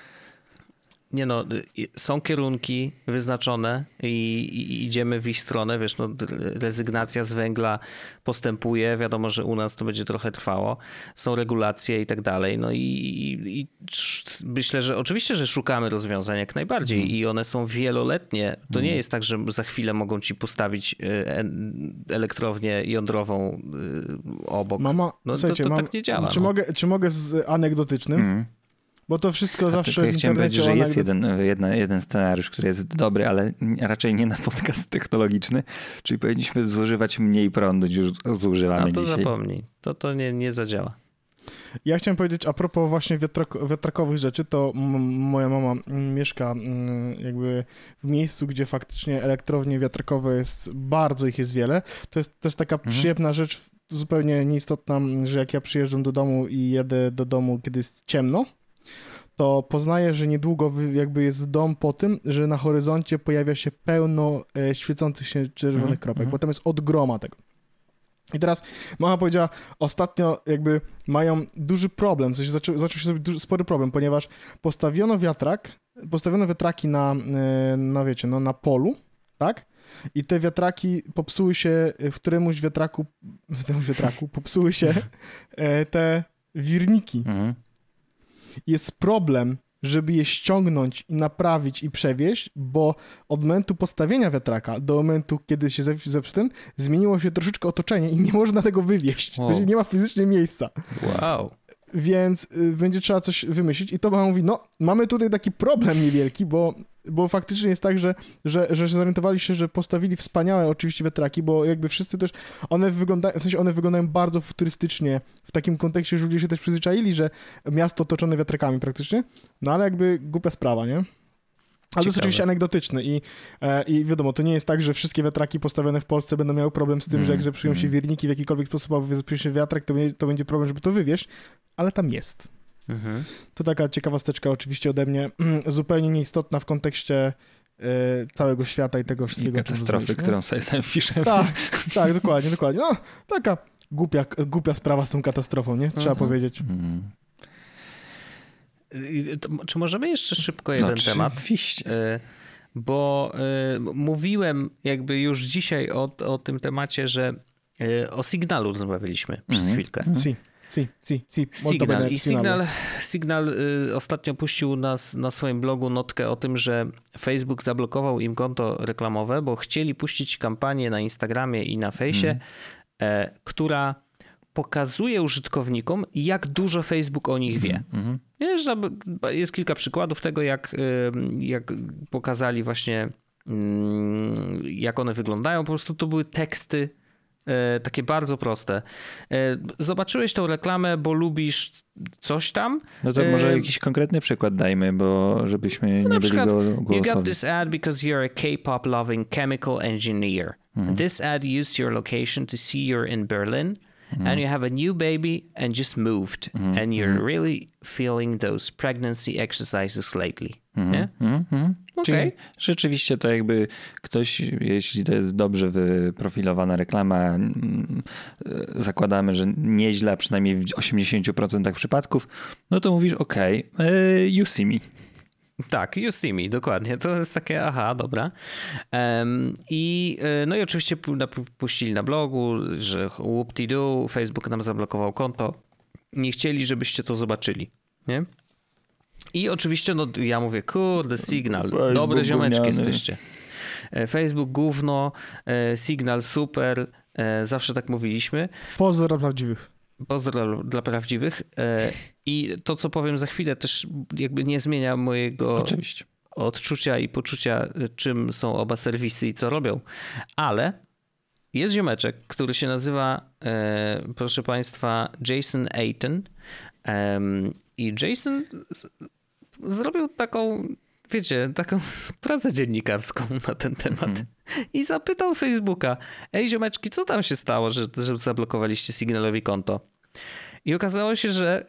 Nie no, są kierunki wyznaczone i, i idziemy w ich stronę, wiesz, no rezygnacja z węgla postępuje, wiadomo, że u nas to będzie trochę trwało, są regulacje i tak dalej, no i, i, i myślę, że oczywiście, że szukamy rozwiązań jak najbardziej hmm. i one są wieloletnie, to hmm. nie jest tak, że za chwilę mogą ci postawić elektrownię jądrową obok, Mama, no słuchajcie, to, to mam, tak nie działa. Czy, no. mogę, czy mogę z anegdotycznym? Hmm. Bo to wszystko A zawsze ja w chciałem powiedzieć, że jest anegdot... jeden, jedna, jeden scenariusz, który jest dobry, ale raczej nie na podcast technologiczny, czyli powinniśmy zużywać mniej prądu niż zużywamy dzisiaj. A to dzisiaj. zapomnij, to, to nie, nie zadziała. Ja chciałem powiedzieć a propos właśnie wiatrak- wiatrakowych rzeczy, to m- moja mama mieszka m, jakby w miejscu, gdzie faktycznie elektrownie wiatrakowe jest, bardzo ich jest wiele. To jest też taka mhm. przyjemna rzecz, zupełnie nieistotna, że jak ja przyjeżdżam do domu i jedę do domu, kiedy jest ciemno, to poznaję, że niedługo jakby jest dom po tym, że na horyzoncie pojawia się pełno e, świecących się czerwonych mm, kropek, mm. bo tam jest od groma tego. I teraz mama powiedziała, ostatnio jakby mają duży problem, w sensie zaczął, zaczął się zrobić duży, spory problem, ponieważ postawiono wiatrak, postawiono wiatraki na, na wiecie, no na polu, tak? I te wiatraki popsuły się, w któremuś wiatraku, w któremuś wiatraku popsuły się te wirniki. Mm. Jest problem, żeby je ściągnąć i naprawić i przewieźć, bo od momentu postawienia wiatraka do momentu, kiedy się zepsuł ten, zmieniło się troszeczkę otoczenie i nie można tego wywieźć. Wow. To nie ma fizycznie miejsca. Wow. Więc y, będzie trzeba coś wymyślić i to mama mówi, no mamy tutaj taki problem niewielki, bo, bo faktycznie jest tak, że, że, że zorientowali się, że postawili wspaniałe oczywiście wiatraki, bo jakby wszyscy też, one wyglądają, w sensie one wyglądają bardzo futurystycznie w takim kontekście, że ludzie się też przyzwyczaili, że miasto otoczone wiatrakami praktycznie, no ale jakby głupia sprawa, nie? Ale to jest oczywiście anegdotyczne i, e, i wiadomo, to nie jest tak, że wszystkie wiatraki postawione w Polsce będą miały problem z tym, mm, że jak zepsują mm. się wierniki w jakikolwiek sposób, albo zepsuje się wiatrak, to, to będzie problem, żeby to wywieźć, ale tam jest. Mm-hmm. To taka ciekawosteczka oczywiście ode mnie, zupełnie nieistotna w kontekście e, całego świata i tego wszystkiego. I katastrofy, którą sobie sam piszemy. Tak, tak, dokładnie, dokładnie. No, taka głupia, głupia sprawa z tą katastrofą, nie? Trzeba mm-hmm. powiedzieć. Mm. To, czy możemy jeszcze szybko jeden no, temat? Oczywiście. Bo y, mówiłem jakby już dzisiaj o, o tym temacie, że y, o Signalu rozmawialiśmy przez mm-hmm. chwilkę. Si, si, si, si. Signal. I Signal, Signal y, ostatnio puścił nas na swoim blogu notkę o tym, że Facebook zablokował im konto reklamowe, bo chcieli puścić kampanię na Instagramie i na Fejsie, mm. e, która pokazuje użytkownikom, jak dużo Facebook o nich wie. Mm-hmm. Wiesz, jest kilka przykładów tego, jak, jak pokazali właśnie, jak one wyglądają. Po prostu to były teksty takie bardzo proste. Zobaczyłeś tą reklamę, bo lubisz coś tam. No to może jakiś konkretny przykład dajmy, bo żebyśmy no nie byli głosowi. You got this ad because you're a K-pop loving chemical engineer. Mm-hmm. This ad used your location to see you're in Berlin. Mm-hmm. And you have a new baby and just moved. Mm-hmm. And you're really feeling those pregnancy exercises lately. Mm-hmm. Nie? Mm-hmm. Okay. Czyli rzeczywiście to jakby ktoś, jeśli to jest dobrze wyprofilowana reklama, zakładamy, że nieźle, przynajmniej w osiemdziesiąt procent przypadków, no to mówisz ok, you see me. Tak, you see me, dokładnie. To jest takie, aha, dobra. Um, i, no i oczywiście puścili na blogu, że whoop-de-doo, Facebook nam zablokował konto. Nie chcieli, żebyście to zobaczyli, nie? I oczywiście, no ja mówię, kurde, Signal, Facebook dobre ziomeczki gówniany. Jesteście. Facebook gówno, Signal super, zawsze tak mówiliśmy. Pozdro dla prawdziwych. Pozdro dla prawdziwych. I to, co powiem za chwilę, też jakby nie zmienia mojego Oczywiście. odczucia i poczucia, czym są oba serwisy i co robią. Ale jest ziomeczek, który się nazywa, proszę państwa, Jason Ayton. I Jason zrobił taką, wiecie, taką pracę dziennikarską na ten temat. Mm-hmm. I zapytał Facebooka, ej ziomeczki, co tam się stało, że, że zablokowaliście Signalowi konto? I okazało się, że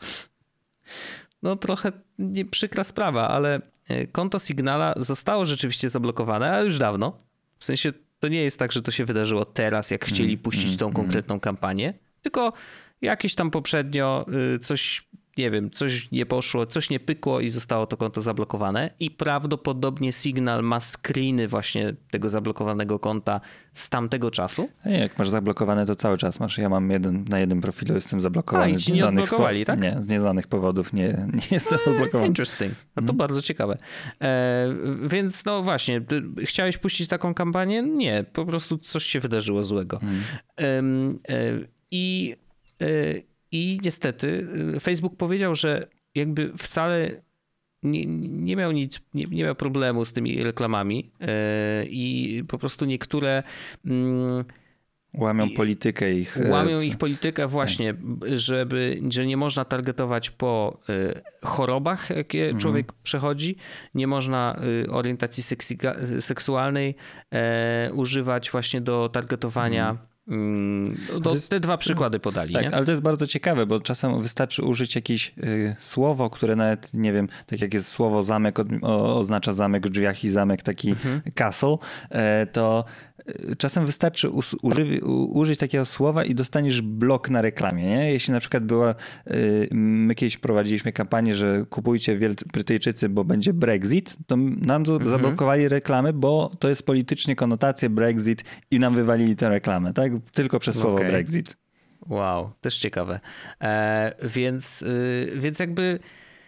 no trochę nie przykra sprawa, ale konto Signala zostało rzeczywiście zablokowane, ale już dawno. W sensie to nie jest tak, że to się wydarzyło teraz, jak chcieli puścić tą konkretną kampanię, tylko jakieś tam poprzednio coś, nie wiem, coś nie poszło, coś nie pykło i zostało to konto zablokowane i prawdopodobnie Signal ma screeny właśnie tego zablokowanego konta z tamtego czasu. A jak masz zablokowane, to cały czas masz. Ja mam jeden, na jednym profilu jestem zablokowany. A, i ci nie odblokowali, tak? Nie, z nieznanych powodów nie, nie jestem no, odblokowany. Interesting. No to hmm. bardzo ciekawe. E, więc no właśnie, chciałeś puścić taką kampanię? Nie, po prostu coś się wydarzyło złego. Hmm. E, e, I e, I niestety Facebook powiedział, że jakby wcale nie, nie miał nic, nie, nie miał problemu z tymi reklamami yy, i po prostu niektóre yy, łamią i, politykę ich. Łamią ich politykę właśnie, żeby, że nie można targetować po y, chorobach, jakie mhm. człowiek przechodzi, nie można y, orientacji seksy, seksualnej y, używać właśnie do targetowania. Mhm. Do, jest, te dwa przykłady podali. Tak, nie? Ale to jest bardzo ciekawe, bo czasem wystarczy użyć jakieś y, słowo, które nawet, nie wiem, tak jak jest słowo zamek, od, o, oznacza zamek w drzwiach i zamek taki mhm. castle, y, to y, czasem wystarczy us, uży, u, użyć takiego słowa i dostaniesz blok na reklamie. Nie? Jeśli na przykład była, y, my kiedyś prowadziliśmy kampanię, że kupujcie Wielcy Brytyjczycy, bo będzie Brexit, to nam to mhm. zablokowali reklamy, bo to jest politycznie konotacje Brexit i nam wywalili tę reklamę, tak? Tylko przez słowo okay. Brexit. Wow, też ciekawe. E, więc, y, więc jakby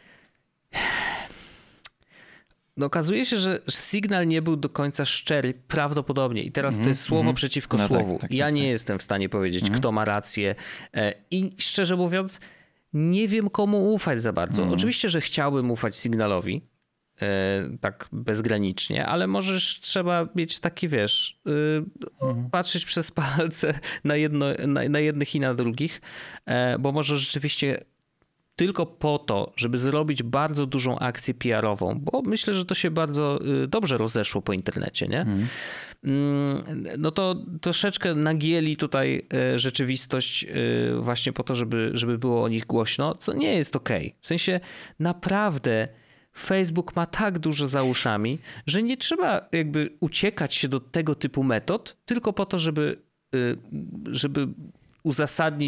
no okazuje się, że Signal nie był do końca szczery prawdopodobnie i teraz mm-hmm, to jest słowo mm-hmm. przeciwko no słowu. Tak, tak, ja tak, nie tak. jestem w stanie powiedzieć, mm-hmm. kto ma rację e, i szczerze mówiąc nie wiem komu ufać za bardzo. Mm-hmm. Oczywiście, że chciałbym ufać Signalowi, tak bezgranicznie, ale możesz, trzeba mieć taki, wiesz, mhm. patrzeć przez palce na, jedno, na, na jednych i na drugich, bo może rzeczywiście tylko po to, żeby zrobić bardzo dużą akcję P R-ową, bo myślę, że to się bardzo dobrze rozeszło po internecie, nie? Mhm. No to troszeczkę nagięli tutaj rzeczywistość właśnie po to, żeby, żeby było o nich głośno, co nie jest okej. W sensie naprawdę Facebook ma tak dużo za uszami, że nie trzeba jakby uciekać się do tego typu metod, tylko po to, żeby, żeby uzasadnić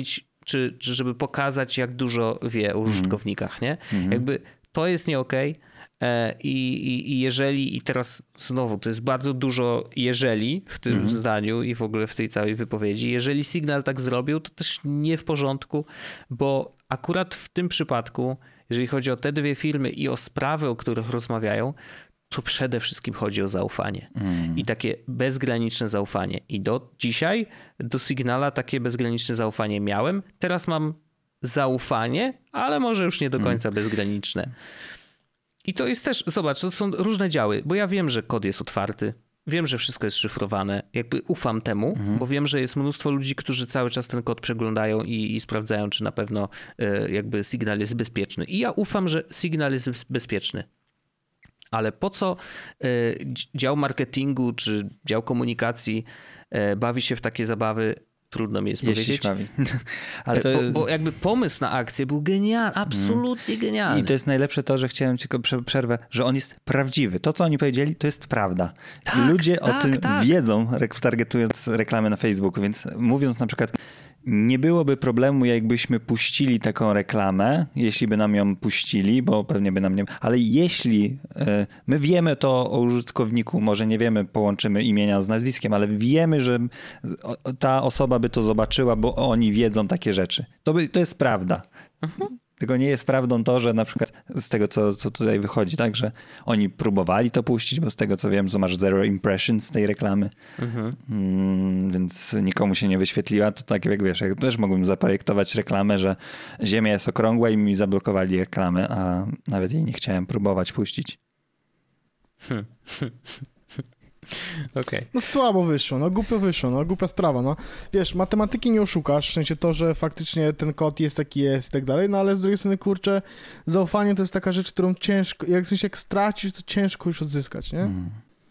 czy, czy żeby pokazać, jak dużo wie o użytkownikach, nie? Mhm. Jakby to jest nie okej. I, i, I jeżeli, i teraz znowu, to jest bardzo dużo jeżeli w tym mhm. zdaniu i w ogóle w tej całej wypowiedzi. Jeżeli Signal tak zrobił, to też nie w porządku, bo akurat w tym przypadku, jeżeli chodzi o te dwie firmy i o sprawy, o których rozmawiają, to przede wszystkim chodzi o zaufanie. Mhm. I takie bezgraniczne zaufanie. I do dzisiaj do Signala takie bezgraniczne zaufanie miałem. Teraz mam zaufanie, ale może już nie do końca mhm. bezgraniczne. I to jest też, zobacz, to są różne działy, bo ja wiem, że kod jest otwarty, wiem, że wszystko jest szyfrowane, jakby ufam temu, mhm. bo wiem, że jest mnóstwo ludzi, którzy cały czas ten kod przeglądają i, i sprawdzają, czy na pewno y, jakby Signal jest bezpieczny. I ja ufam, że Signal jest bezpieczny. Ale po co y, dział marketingu czy dział komunikacji y, bawi się w takie zabawy? Trudno mi jest Jeśli powiedzieć. Ale to... bo, bo jakby pomysł na akcję był genialny, absolutnie genialny. I to jest najlepsze to, że chciałem tylko przerwę, że on jest prawdziwy. To, co oni powiedzieli, to jest prawda. Tak, I ludzie tak, o tym tak. wiedzą, targetując reklamy na Facebooku, więc mówiąc na przykład, nie byłoby problemu, jakbyśmy puścili taką reklamę, jeśli by nam ją puścili, bo pewnie by nam nie... Ale jeśli my wiemy to o użytkowniku, może nie wiemy, połączymy imienia z nazwiskiem, ale wiemy, że ta osoba by to zobaczyła, bo oni wiedzą takie rzeczy. To, by, to jest prawda. Mhm. Tylko nie jest prawdą to, że na przykład z tego, co, co tutaj wychodzi, tak, że oni próbowali to puścić, bo z tego, co wiem, to masz zero impressions z tej reklamy, mhm. mm, więc nikomu się nie wyświetliła. To tak jak wiesz, ja też mogłem zaprojektować reklamę, że Ziemia jest okrągła i mi zablokowali reklamę, a nawet jej nie chciałem próbować puścić. Hmm. Okay. No słabo wyszło, no głupio wyszło, no głupia sprawa, no. Wiesz, matematyki nie oszukasz, w sensie to, że faktycznie ten kod jest taki jest i tak dalej, no ale z drugiej strony, kurczę, zaufanie to jest taka rzecz, którą ciężko, jak w sensie jak stracisz, to ciężko już odzyskać, nie? Hmm.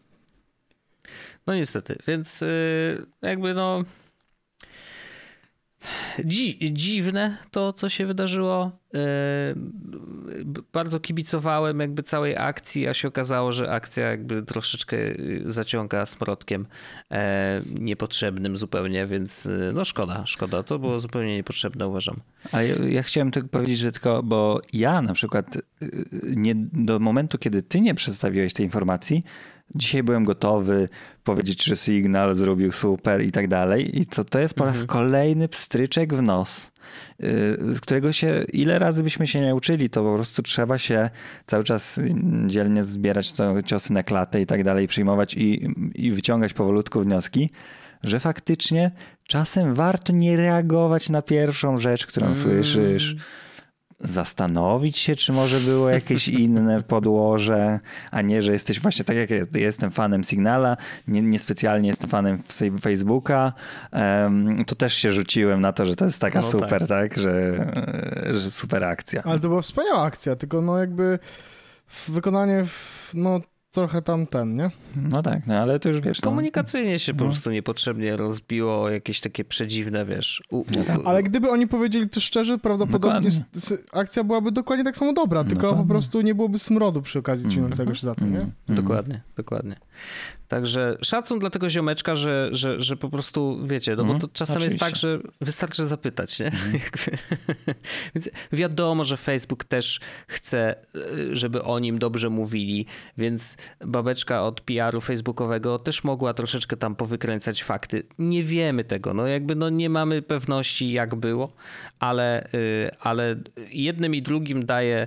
No niestety, więc yy, jakby no Dzi- dziwne to, co się wydarzyło. Yy, bardzo kibicowałem jakby całej akcji, a się okazało, że akcja jakby troszeczkę zaciąga smrodkiem yy, niepotrzebnym zupełnie, więc yy, no szkoda, szkoda. To było zupełnie niepotrzebne, uważam. A ja, ja chciałem tylko powiedzieć, że tylko, bo ja na przykład nie, do momentu, kiedy ty nie przedstawiłeś tej informacji, dzisiaj byłem gotowy powiedzieć, że Signal zrobił super i tak dalej. I co to jest po raz mhm. kolejny pstryczek w nos, z którego się, ile razy byśmy się nie uczyli, to po prostu trzeba się cały czas dzielnie zbierać to ciosy na klatę i tak dalej, przyjmować i, i wyciągać powolutku wnioski, że faktycznie czasem warto nie reagować na pierwszą rzecz, którą mm. słyszysz. Zastanowić się, czy może było jakieś inne podłoże, a nie, że jesteś właśnie tak jak ja, ja jestem fanem Signala, nie, niespecjalnie jestem fanem Facebooka, um, to też się rzuciłem na to, że to jest taka no super, tak, tak że, że super akcja. Ale to była wspaniała akcja, tylko no jakby wykonanie no trochę tam ten, nie? No tak, no ale to już wiesz. Komunikacyjnie się no. po prostu niepotrzebnie rozbiło, jakieś takie przedziwne, wiesz. U, u, u. Ale gdyby oni powiedzieli to szczerze, prawdopodobnie dokładnie. akcja byłaby dokładnie tak samo dobra, tylko dokładnie. po prostu nie byłoby smrodu przy okazji ciągnącego się za to, nie? Mm. Dokładnie, dokładnie. Także szacun dla tego ziomeczka, że, że, że po prostu, wiecie, no bo to czasem Oczywiście. jest tak, że wystarczy zapytać, nie? Mm. Więc wiadomo, że Facebook też chce, żeby o nim dobrze mówili, więc babeczka od P R u facebookowego też mogła troszeczkę tam powykręcać fakty. Nie wiemy tego, no jakby no nie mamy pewności, jak było, ale, ale jednym i drugim daje,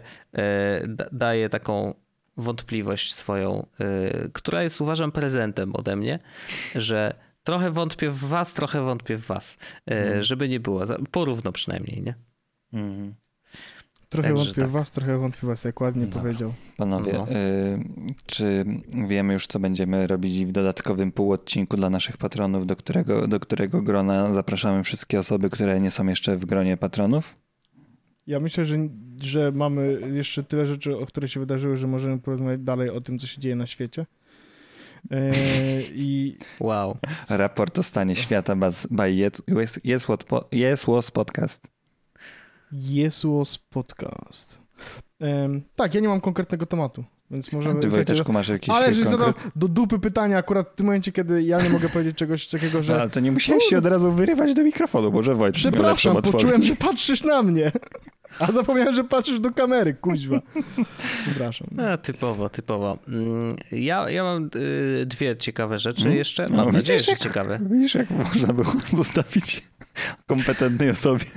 daje taką wątpliwość swoją, yy, która jest, uważam, prezentem ode mnie, że trochę wątpię w was, trochę wątpię w was, yy, mm. żeby nie było, porówno przynajmniej, nie? Mm. Trochę Także wątpię tak. w was, trochę wątpię w was, jak ładnie Dobra. powiedział. Panowie, no. yy, czy wiemy już, co będziemy robić w dodatkowym półodcinku dla naszych patronów, do którego, do którego grona zapraszamy wszystkie osoby, które nie są jeszcze w gronie patronów? Ja myślę, że, że mamy jeszcze tyle rzeczy, o które się wydarzyły, że możemy porozmawiać dalej o tym, co się dzieje na świecie. Yy, i... Wow. Raport o stanie świata by Yes, yes, yes Was Podcast. Yes Was Podcast. Yy, tak, ja nie mam konkretnego tematu. Więc możemy... Ty, Wojteczku, masz jakieś Ale żeś konkret... zadał do dupy pytania akurat w tym momencie, kiedy ja nie mogę powiedzieć czegoś takiego, że... No, ale to nie musiałeś się od razu wyrywać do mikrofonu, może Wojtek miał lepszą Przepraszam, odpowiedź. poczułem, że patrzysz na mnie. A zapomniałem, że patrzysz do kamery, kuźwa. Przepraszam. A, typowo, typowo. Mm, Ja, ja mam y, dwie ciekawe rzeczy Hmm? jeszcze. No, Mam widzisz, nadzieję, że jak- ciekawe. Widzisz, jak można było zostawić kompetentnej osobie.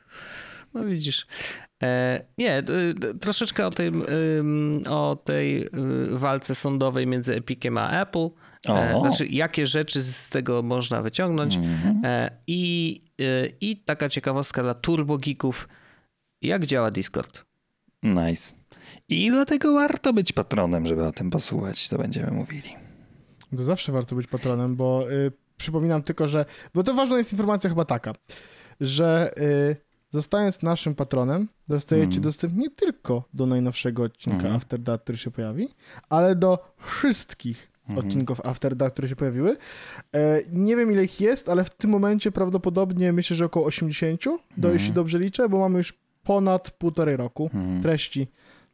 No widzisz. E, nie, y, y, troszeczkę o tej, y, o tej y, walce sądowej między Epiciem a Apple. E, O. znaczy, jakie rzeczy z tego można wyciągnąć. Mhm. E, i, y, I taka ciekawostka dla turbogeeków. Jak działa Discord? Nice. I dlatego warto być patronem, żeby o tym posłuchać, co będziemy mówili. To zawsze warto być patronem, bo y, przypominam tylko, że... Bo to ważna jest informacja chyba taka, że y, zostając naszym patronem, dostajecie Mhm. dostęp nie tylko do najnowszego odcinka Mhm. After Dark, który się pojawi, ale do wszystkich Mhm. odcinków After Dark, które się pojawiły. E, nie wiem, ile ich jest, ale w tym momencie prawdopodobnie myślę, że około osiemdziesiąt, do, Mhm. jeśli dobrze liczę, bo mamy już ponad półtorej roku Mhm. treści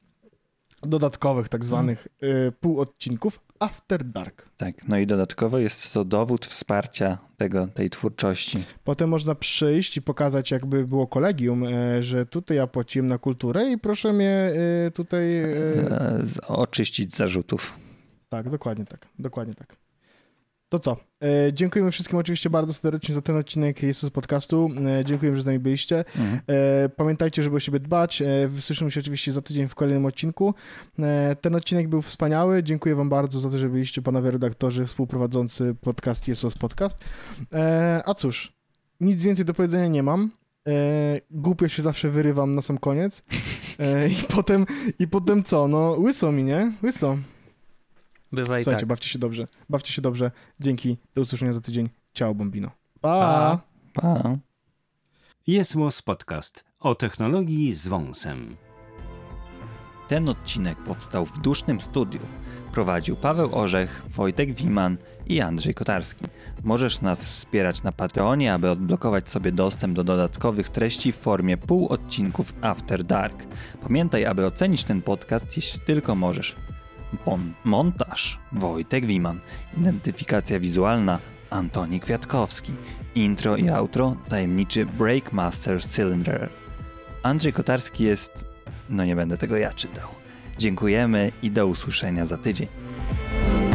dodatkowych, tak zwanych y, półodcinków After Dark. Tak, no i dodatkowo jest to dowód wsparcia tego, tej twórczości. Potem można przyjść i pokazać, jakby było kolegium, e, że tutaj ja płaciłem na kulturę i proszę mnie e, tutaj... E, E, z- Oczyścić z zarzutów. tak, dokładnie tak, dokładnie tak. To co? E, dziękujemy wszystkim oczywiście bardzo serdecznie za ten odcinek Jesus Podcastu. E, dziękujemy, że z nami byliście. Mhm. E, pamiętajcie, żeby o siebie dbać. E, wysłyszymy się oczywiście za tydzień w kolejnym odcinku. E, ten odcinek był wspaniały. Dziękuję wam bardzo za to, że byliście panowie redaktorzy współprowadzący podcast Jesus Podcast. E, a cóż, nic więcej do powiedzenia nie mam. E, głupio się zawsze wyrywam na sam koniec. E, I potem, i potem co? No łyso mi, nie? Łyso. Bywa i Słuchajcie, tak. bawcie się dobrze. Bawcie się dobrze. Dzięki. Do usłyszenia za tydzień. Ciao, Bombino. Pa! Pa. Pa. Jest Podcast o technologii z wąsem. Ten odcinek powstał w dusznym studiu. Prowadził Paweł Orzech, Wojtek Wiman i Andrzej Kotarski. Możesz nas wspierać na Patreonie, aby odblokować sobie dostęp do dodatkowych treści w formie półodcinków After Dark. Pamiętaj, aby ocenić ten podcast, jeśli tylko możesz. Mon- montaż Wojtek Wiman. Identyfikacja wizualna Antoni Kwiatkowski. Intro i outro tajemniczy Breakmaster Cylinder. Andrzej Kotarski jest... No nie będę tego ja czytał. Dziękujemy i do usłyszenia za tydzień.